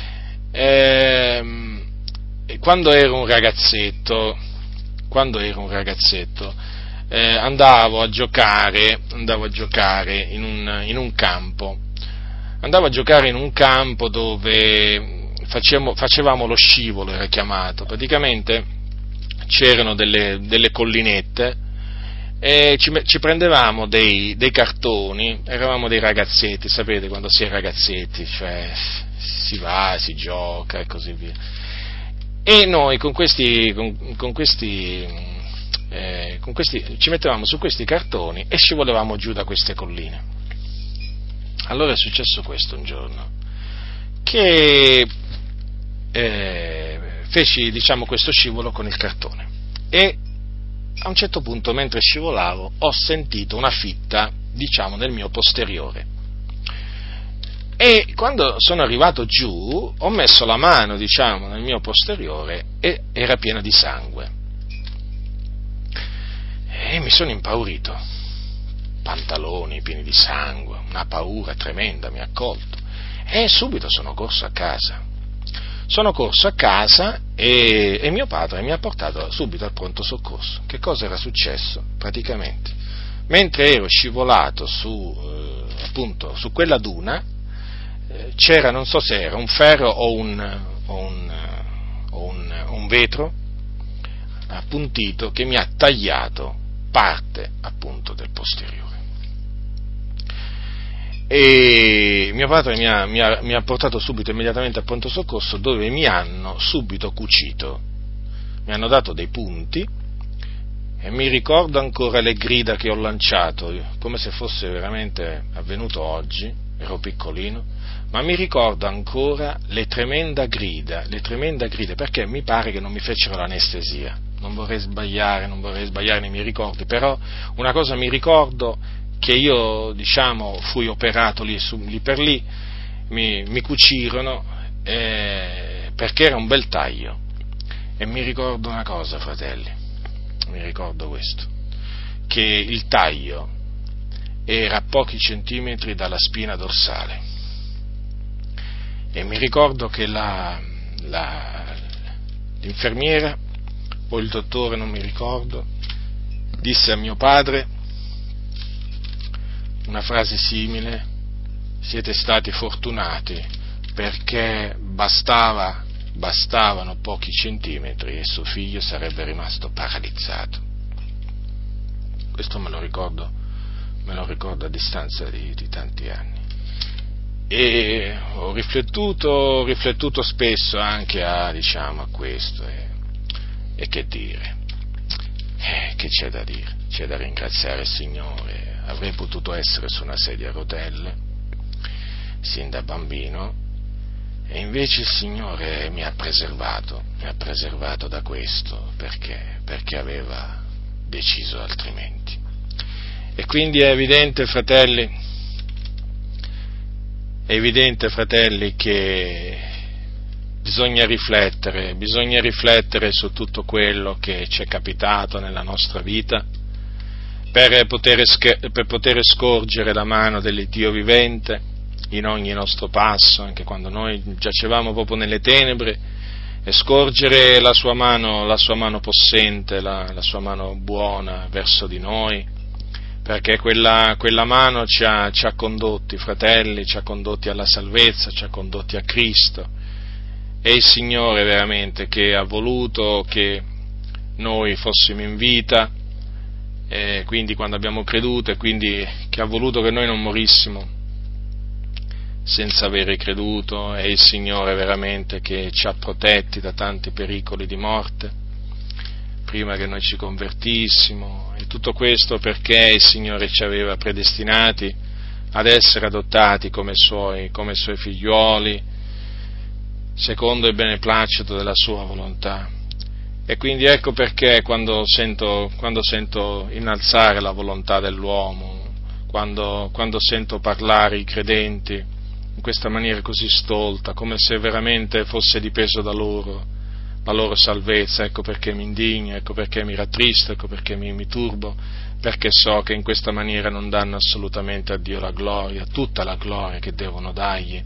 E, quando ero un ragazzetto, quando ero un ragazzetto, eh, andavo a giocare, andavo a giocare in un, in un campo, andavo a giocare in un campo dove facevamo, facevamo lo scivolo, era chiamato, praticamente c'erano delle, delle collinette e ci, ci prendevamo dei, dei cartoni, eravamo dei ragazzetti, sapete quando si è ragazzetti, cioè si va, si gioca e così via, e noi con questi, con, con questi, eh, con questi ci mettevamo su questi cartoni e scivolevamo giù da queste colline. Allora è successo questo un giorno, che eh, feci, diciamo, questo scivolo con il cartone e a un certo punto, mentre scivolavo, ho sentito una fitta, diciamo, nel mio posteriore. E quando sono arrivato giù, ho messo la mano, diciamo, nel mio posteriore e era piena di sangue. E mi sono impaurito. Pantaloni pieni di sangue, una paura tremenda mi ha colto. E subito sono corso a casa. Sono corso a casa e, e mio padre mi ha portato subito al pronto soccorso. Che cosa era successo? Praticamente, mentre ero scivolato su, eh, appunto, su quella duna, eh, c'era, non so se era un ferro o un, o un, o un, un vetro appuntito che mi ha tagliato parte appunto del posteriore. E mio padre mi ha, mi, ha, mi ha portato subito, immediatamente al pronto soccorso, dove mi hanno subito cucito, mi hanno dato dei punti e mi ricordo ancora le grida che ho lanciato, come se fosse veramente avvenuto oggi, ero piccolino, ma mi ricordo ancora le tremende grida, le tremende grida, perché mi pare che non mi fecero l'anestesia, non vorrei sbagliare, non vorrei sbagliare nei miei ricordi, però una cosa mi ricordo, che io, diciamo, fui operato lì, su, lì per lì, mi, mi cucirono, eh, perché era un bel taglio, e mi ricordo una cosa, fratelli, mi ricordo questo, che il taglio era a pochi centimetri dalla spina dorsale, e mi ricordo che la, la, l'infermiera, o il dottore, non mi ricordo, disse a mio padre una frase simile: siete stati fortunati perché bastava, bastavano pochi centimetri e suo figlio sarebbe rimasto paralizzato. Questo me lo ricordo, me lo ricordo a distanza di, di tanti anni. E ho riflettuto, ho riflettuto spesso anche a, diciamo, a questo e, e che dire. Eh, che c'è da dire? C'è da ringraziare il Signore. Avrei potuto essere su una sedia a rotelle, sin da bambino, e invece il Signore mi ha preservato, mi ha preservato da questo, perché? Perché aveva deciso altrimenti. E quindi è evidente, fratelli, è evidente, fratelli, che bisogna riflettere, bisogna riflettere su tutto quello che ci è capitato nella nostra vita, per poter, per poter scorgere la mano dell'Iddio vivente in ogni nostro passo, anche quando noi giacevamo proprio nelle tenebre, e scorgere la sua mano, la sua mano possente, la, la sua mano buona verso di noi, perché quella, quella mano ci ha, ci ha condotti, fratelli, ci ha condotti alla salvezza, ci ha condotti a Cristo. È il Signore veramente che ha voluto che noi fossimo in vita, e quindi quando abbiamo creduto, e quindi che ha voluto che noi non morissimo senza avere creduto. È il Signore veramente che ci ha protetti da tanti pericoli di morte prima che noi ci convertissimo, e tutto questo perché il Signore ci aveva predestinati ad essere adottati come suoi, come suoi figliuoli, secondo il beneplacito della sua volontà. E quindi ecco perché quando sento, quando sento innalzare la volontà dell'uomo, quando, quando sento parlare i credenti in questa maniera così stolta, come se veramente fosse dipeso da loro la loro salvezza, ecco perché mi indigno, ecco perché mi rattristo, ecco perché mi, mi turbo, perché so che in questa maniera non danno assolutamente a Dio la gloria, tutta la gloria che devono dargli.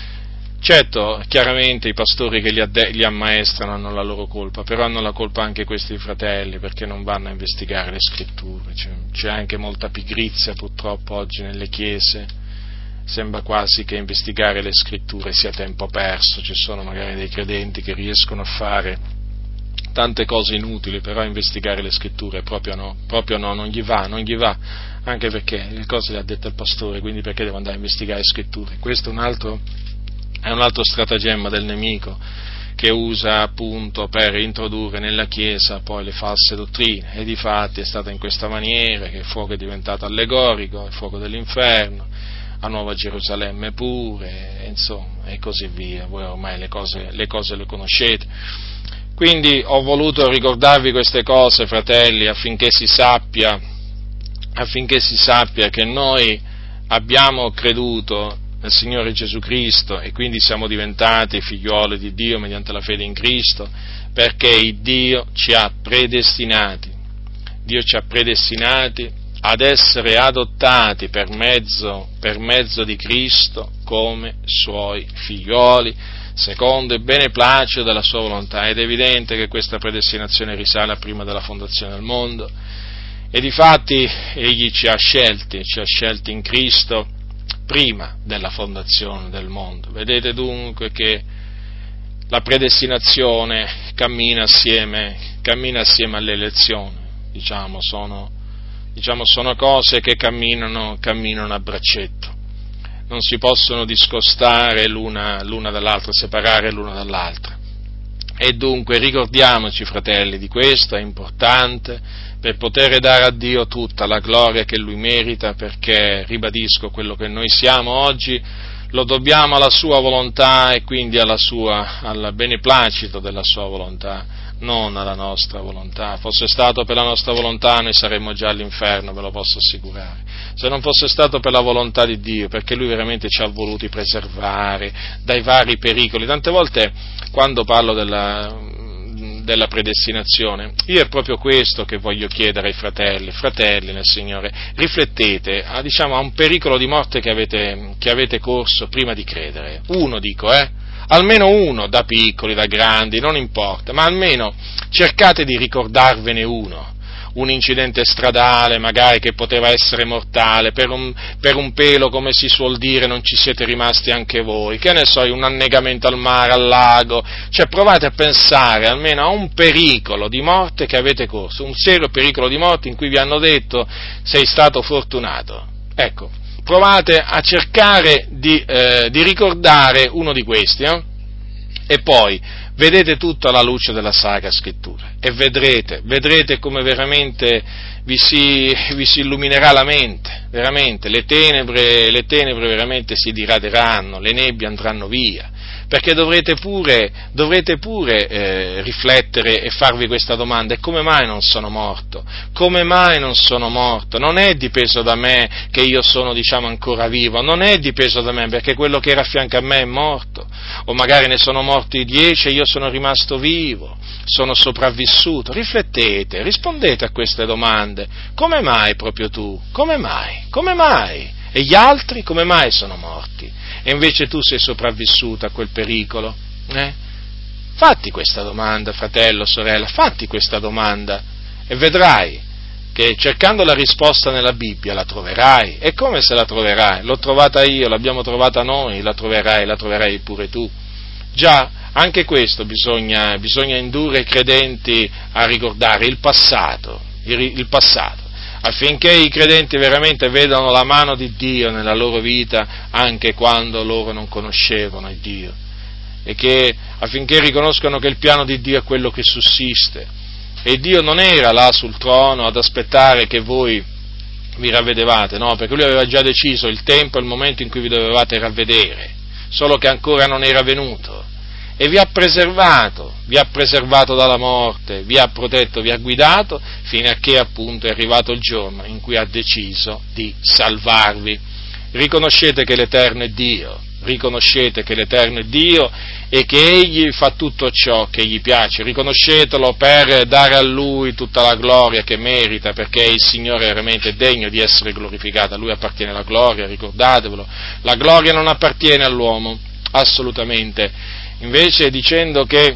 Certo, chiaramente i pastori che li, adde- li ammaestrano hanno la loro colpa, però hanno la colpa anche questi fratelli, perché non vanno a investigare le scritture. C'è, c'è anche molta pigrizia purtroppo oggi nelle chiese, sembra quasi che investigare le scritture sia tempo perso. Ci sono magari dei credenti che riescono a fare tante cose inutili, però investigare le scritture proprio no, proprio no, non gli va, non gli va, anche perché le cose le ha dette il pastore, quindi perché devo andare a investigare le scritture? Questo è un altro È un altro stratagemma del nemico, che usa appunto per introdurre nella Chiesa poi le false dottrine, e difatti è stata in questa maniera che il fuoco è diventato allegorico, il fuoco dell'inferno, a Nuova Gerusalemme pure, e insomma, e così via. Voi ormai le cose, le cose le conoscete. Quindi ho voluto ricordarvi queste cose, fratelli, affinché si sappia, affinché si sappia che noi abbiamo creduto nel Signore Gesù Cristo, e quindi siamo diventati figliuoli di Dio mediante la fede in Cristo, perché il Dio ci ha predestinati, Dio ci ha predestinati ad essere adottati per mezzo, per mezzo di Cristo come Suoi figliuoli, secondo il beneplacito della Sua volontà. Ed è evidente che questa predestinazione risale a prima della fondazione del mondo, e difatti Egli ci ha scelti, ci ha scelti in Cristo prima della fondazione del mondo. Vedete dunque che la predestinazione cammina assieme, cammina assieme all'elezione, diciamo, sono, diciamo, sono cose che camminano, camminano a braccetto, non si possono discostare l'una, l'una dall'altra, separare l'una dall'altra. E dunque ricordiamoci, fratelli, di questo, è importante, per poter dare a Dio tutta la gloria che Lui merita, perché, ribadisco, quello che noi siamo oggi lo dobbiamo alla Sua volontà, e quindi alla sua, al beneplacito della Sua volontà, non alla nostra volontà. Fosse stato per la nostra volontà noi saremmo già all'inferno, ve lo posso assicurare. Se non fosse stato per la volontà di Dio, perché Lui veramente ci ha voluti preservare dai vari pericoli. Tante volte quando parlo della, della predestinazione, io è proprio questo che voglio chiedere ai fratelli, fratelli nel Signore, riflettete a, diciamo, a un pericolo di morte che avete, che avete corso prima di credere. Uno dico, eh? Almeno uno, da piccoli, da grandi, non importa, ma almeno cercate di ricordarvene uno. Un incidente stradale, magari, che poteva essere mortale, per un, per un pelo, come si suol dire, non ci siete rimasti anche voi, che ne so, un annegamento al mare, al lago, cioè provate a pensare almeno a un pericolo di morte che avete corso, un serio pericolo di morte in cui vi hanno detto sei stato fortunato. Ecco, provate a cercare di, eh, di ricordare uno di questi, eh? E poi vedete tutto alla luce della Sacra Scrittura e vedrete, vedrete come veramente vi si, vi si illuminerà la mente, veramente, le tenebre, le tenebre veramente si diraderanno, le nebbie andranno via, perché dovrete pure, dovrete pure eh, riflettere e farvi questa domanda: e come mai non sono morto? Come mai non sono morto? Non è dipeso da me che io sono, diciamo, ancora vivo, non è dipeso da me, perché quello che era a fianco a me è morto, o magari ne sono morti dieci e io sono rimasto vivo, sono sopravvissuto. Riflettete, rispondete a queste domande: come mai proprio tu? Come mai? Come mai? E gli altri come mai sono morti? E invece tu sei sopravvissuto a quel pericolo? Eh? Fatti questa domanda, fratello, sorella, fatti questa domanda e vedrai che cercando la risposta nella Bibbia la troverai. E come se la troverai? L'ho trovata io, l'abbiamo trovata noi, la troverai, la troverai pure tu. Già, anche questo bisogna, bisogna indurre i credenti a ricordare il passato, il, il passato, affinché i credenti veramente vedano la mano di Dio nella loro vita anche quando loro non conoscevano il Dio, e che affinché riconoscano che il piano di Dio è quello che sussiste, e Dio non era là sul trono ad aspettare che voi vi ravvedevate, no, perché Lui aveva già deciso il tempo e il momento in cui vi dovevate ravvedere, solo che ancora non era venuto, e vi ha preservato, vi ha preservato dalla morte, vi ha protetto, vi ha guidato, fino a che appunto è arrivato il giorno in cui ha deciso di salvarvi. Riconoscete che l'Eterno è Dio, riconoscete che l'Eterno è Dio e che Egli fa tutto ciò che gli piace, riconoscetelo per dare a Lui tutta la gloria che merita, perché il Signore è veramente degno di essere glorificato, a Lui appartiene la gloria, ricordatevelo, la gloria non appartiene all'uomo, assolutamente. Invece dicendo che,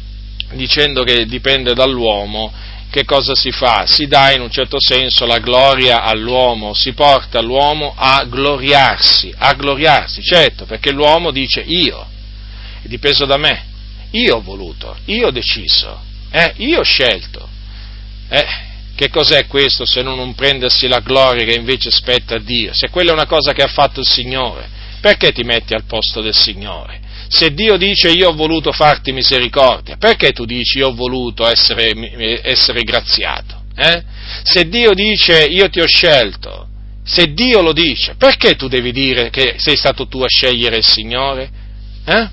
dicendo che dipende dall'uomo, che cosa si fa? Si dà in un certo senso la gloria all'uomo, si porta l'uomo a gloriarsi, a gloriarsi, certo, perché l'uomo dice io, è dipeso da me, io ho voluto, io ho deciso, eh, io ho scelto. Eh, che cos'è questo se non un prendersi la gloria che invece spetta a Dio? Se quella è una cosa che ha fatto il Signore, perché ti metti al posto del Signore? Se Dio dice io ho voluto farti misericordia, perché tu dici io ho voluto essere, essere graziato? Eh? Se Dio dice io ti ho scelto, se Dio lo dice, perché tu devi dire che sei stato tu a scegliere il Signore? Eh?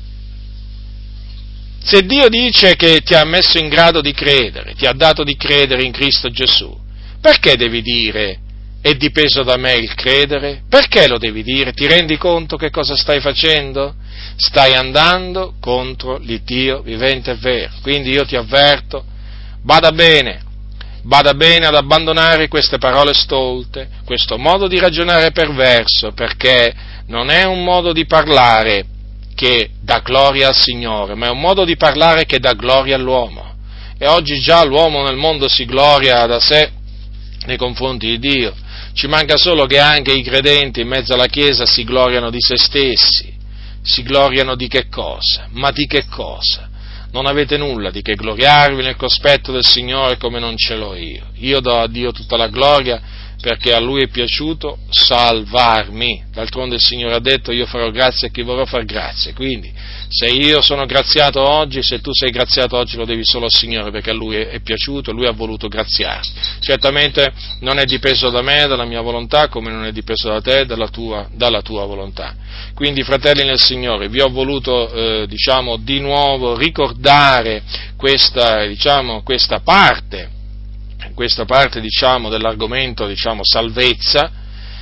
Se Dio dice che ti ha messo in grado di credere, ti ha dato di credere in Cristo Gesù, perché devi dire è dipeso da me il credere? Perché lo devi dire? Ti rendi conto che cosa stai facendo? Stai andando contro l'Iddio vivente e vero. Quindi io ti avverto, bada bene, bada bene ad abbandonare queste parole stolte, questo modo di ragionare perverso, perché non è un modo di parlare che dà gloria al Signore, ma è un modo di parlare che dà gloria all'uomo. E oggi già l'uomo nel mondo si gloria da sé nei confronti di Dio. Ci manca solo che anche i credenti in mezzo alla Chiesa si gloriano di se stessi. Si gloriano di che cosa? Ma di che cosa? Non avete nulla di che gloriarvi nel cospetto del Signore come non ce l'ho io. Io do a Dio tutta la gloria perché a Lui è piaciuto salvarmi. D'altronde il Signore ha detto io farò grazia a chi vorrò far grazia. Quindi se io sono graziato oggi, se tu sei graziato oggi lo devi solo al Signore perché a Lui è piaciuto, Lui ha voluto graziarti. Certamente non è dipeso da me, dalla mia volontà, come non è dipeso da te, dalla tua, dalla tua volontà. Quindi fratelli nel Signore, vi ho voluto eh, diciamo di nuovo ricordare questa, diciamo, questa parte questa parte diciamo dell'argomento diciamo salvezza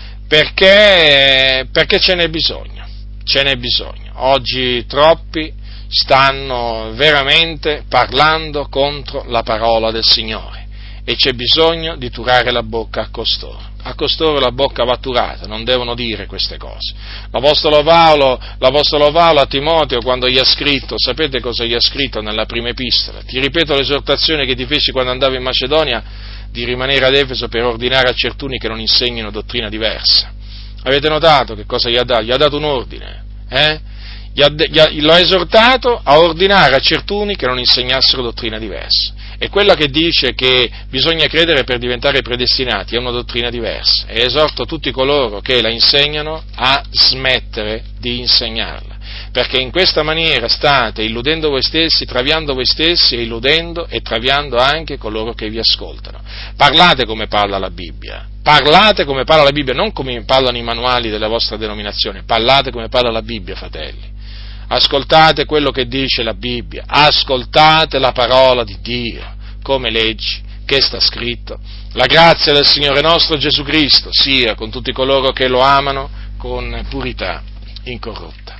perché, perché ce n'è bisogno, ce n'è bisogno. Oggi troppi stanno veramente parlando contro la parola del Signore e c'è bisogno di turare la bocca a costoro. A costoro la bocca va turata, non devono dire queste cose. L'Apostolo Paolo, l'Apostolo Paolo a Timoteo quando gli ha scritto, sapete cosa gli ha scritto nella prima epistola? Ti ripeto l'esortazione che ti feci quando andavo in Macedonia di rimanere ad Efeso per ordinare a certuni che non insegnino dottrina diversa. Avete notato che cosa gli ha dato? Gli ha dato un ordine, eh? Gli ha, gli ha, lo ha esortato a ordinare a certuni che non insegnassero dottrina diversa. E quella che dice che bisogna credere per diventare predestinati è una dottrina diversa. E esorto tutti coloro che la insegnano a smettere di insegnarla. perché in questa maniera state illudendo voi stessi, traviando voi stessi e illudendo e traviando anche coloro che vi ascoltano. Parlate come parla la Bibbia, parlate come parla la Bibbia, non come parlano i manuali della vostra denominazione, parlate come parla la Bibbia, fratelli. Ascoltate quello che dice la Bibbia, ascoltate la parola di Dio, come leggi, che sta scritto. La grazia del Signore nostro Gesù Cristo sia con tutti coloro che lo amano con purità incorrotta.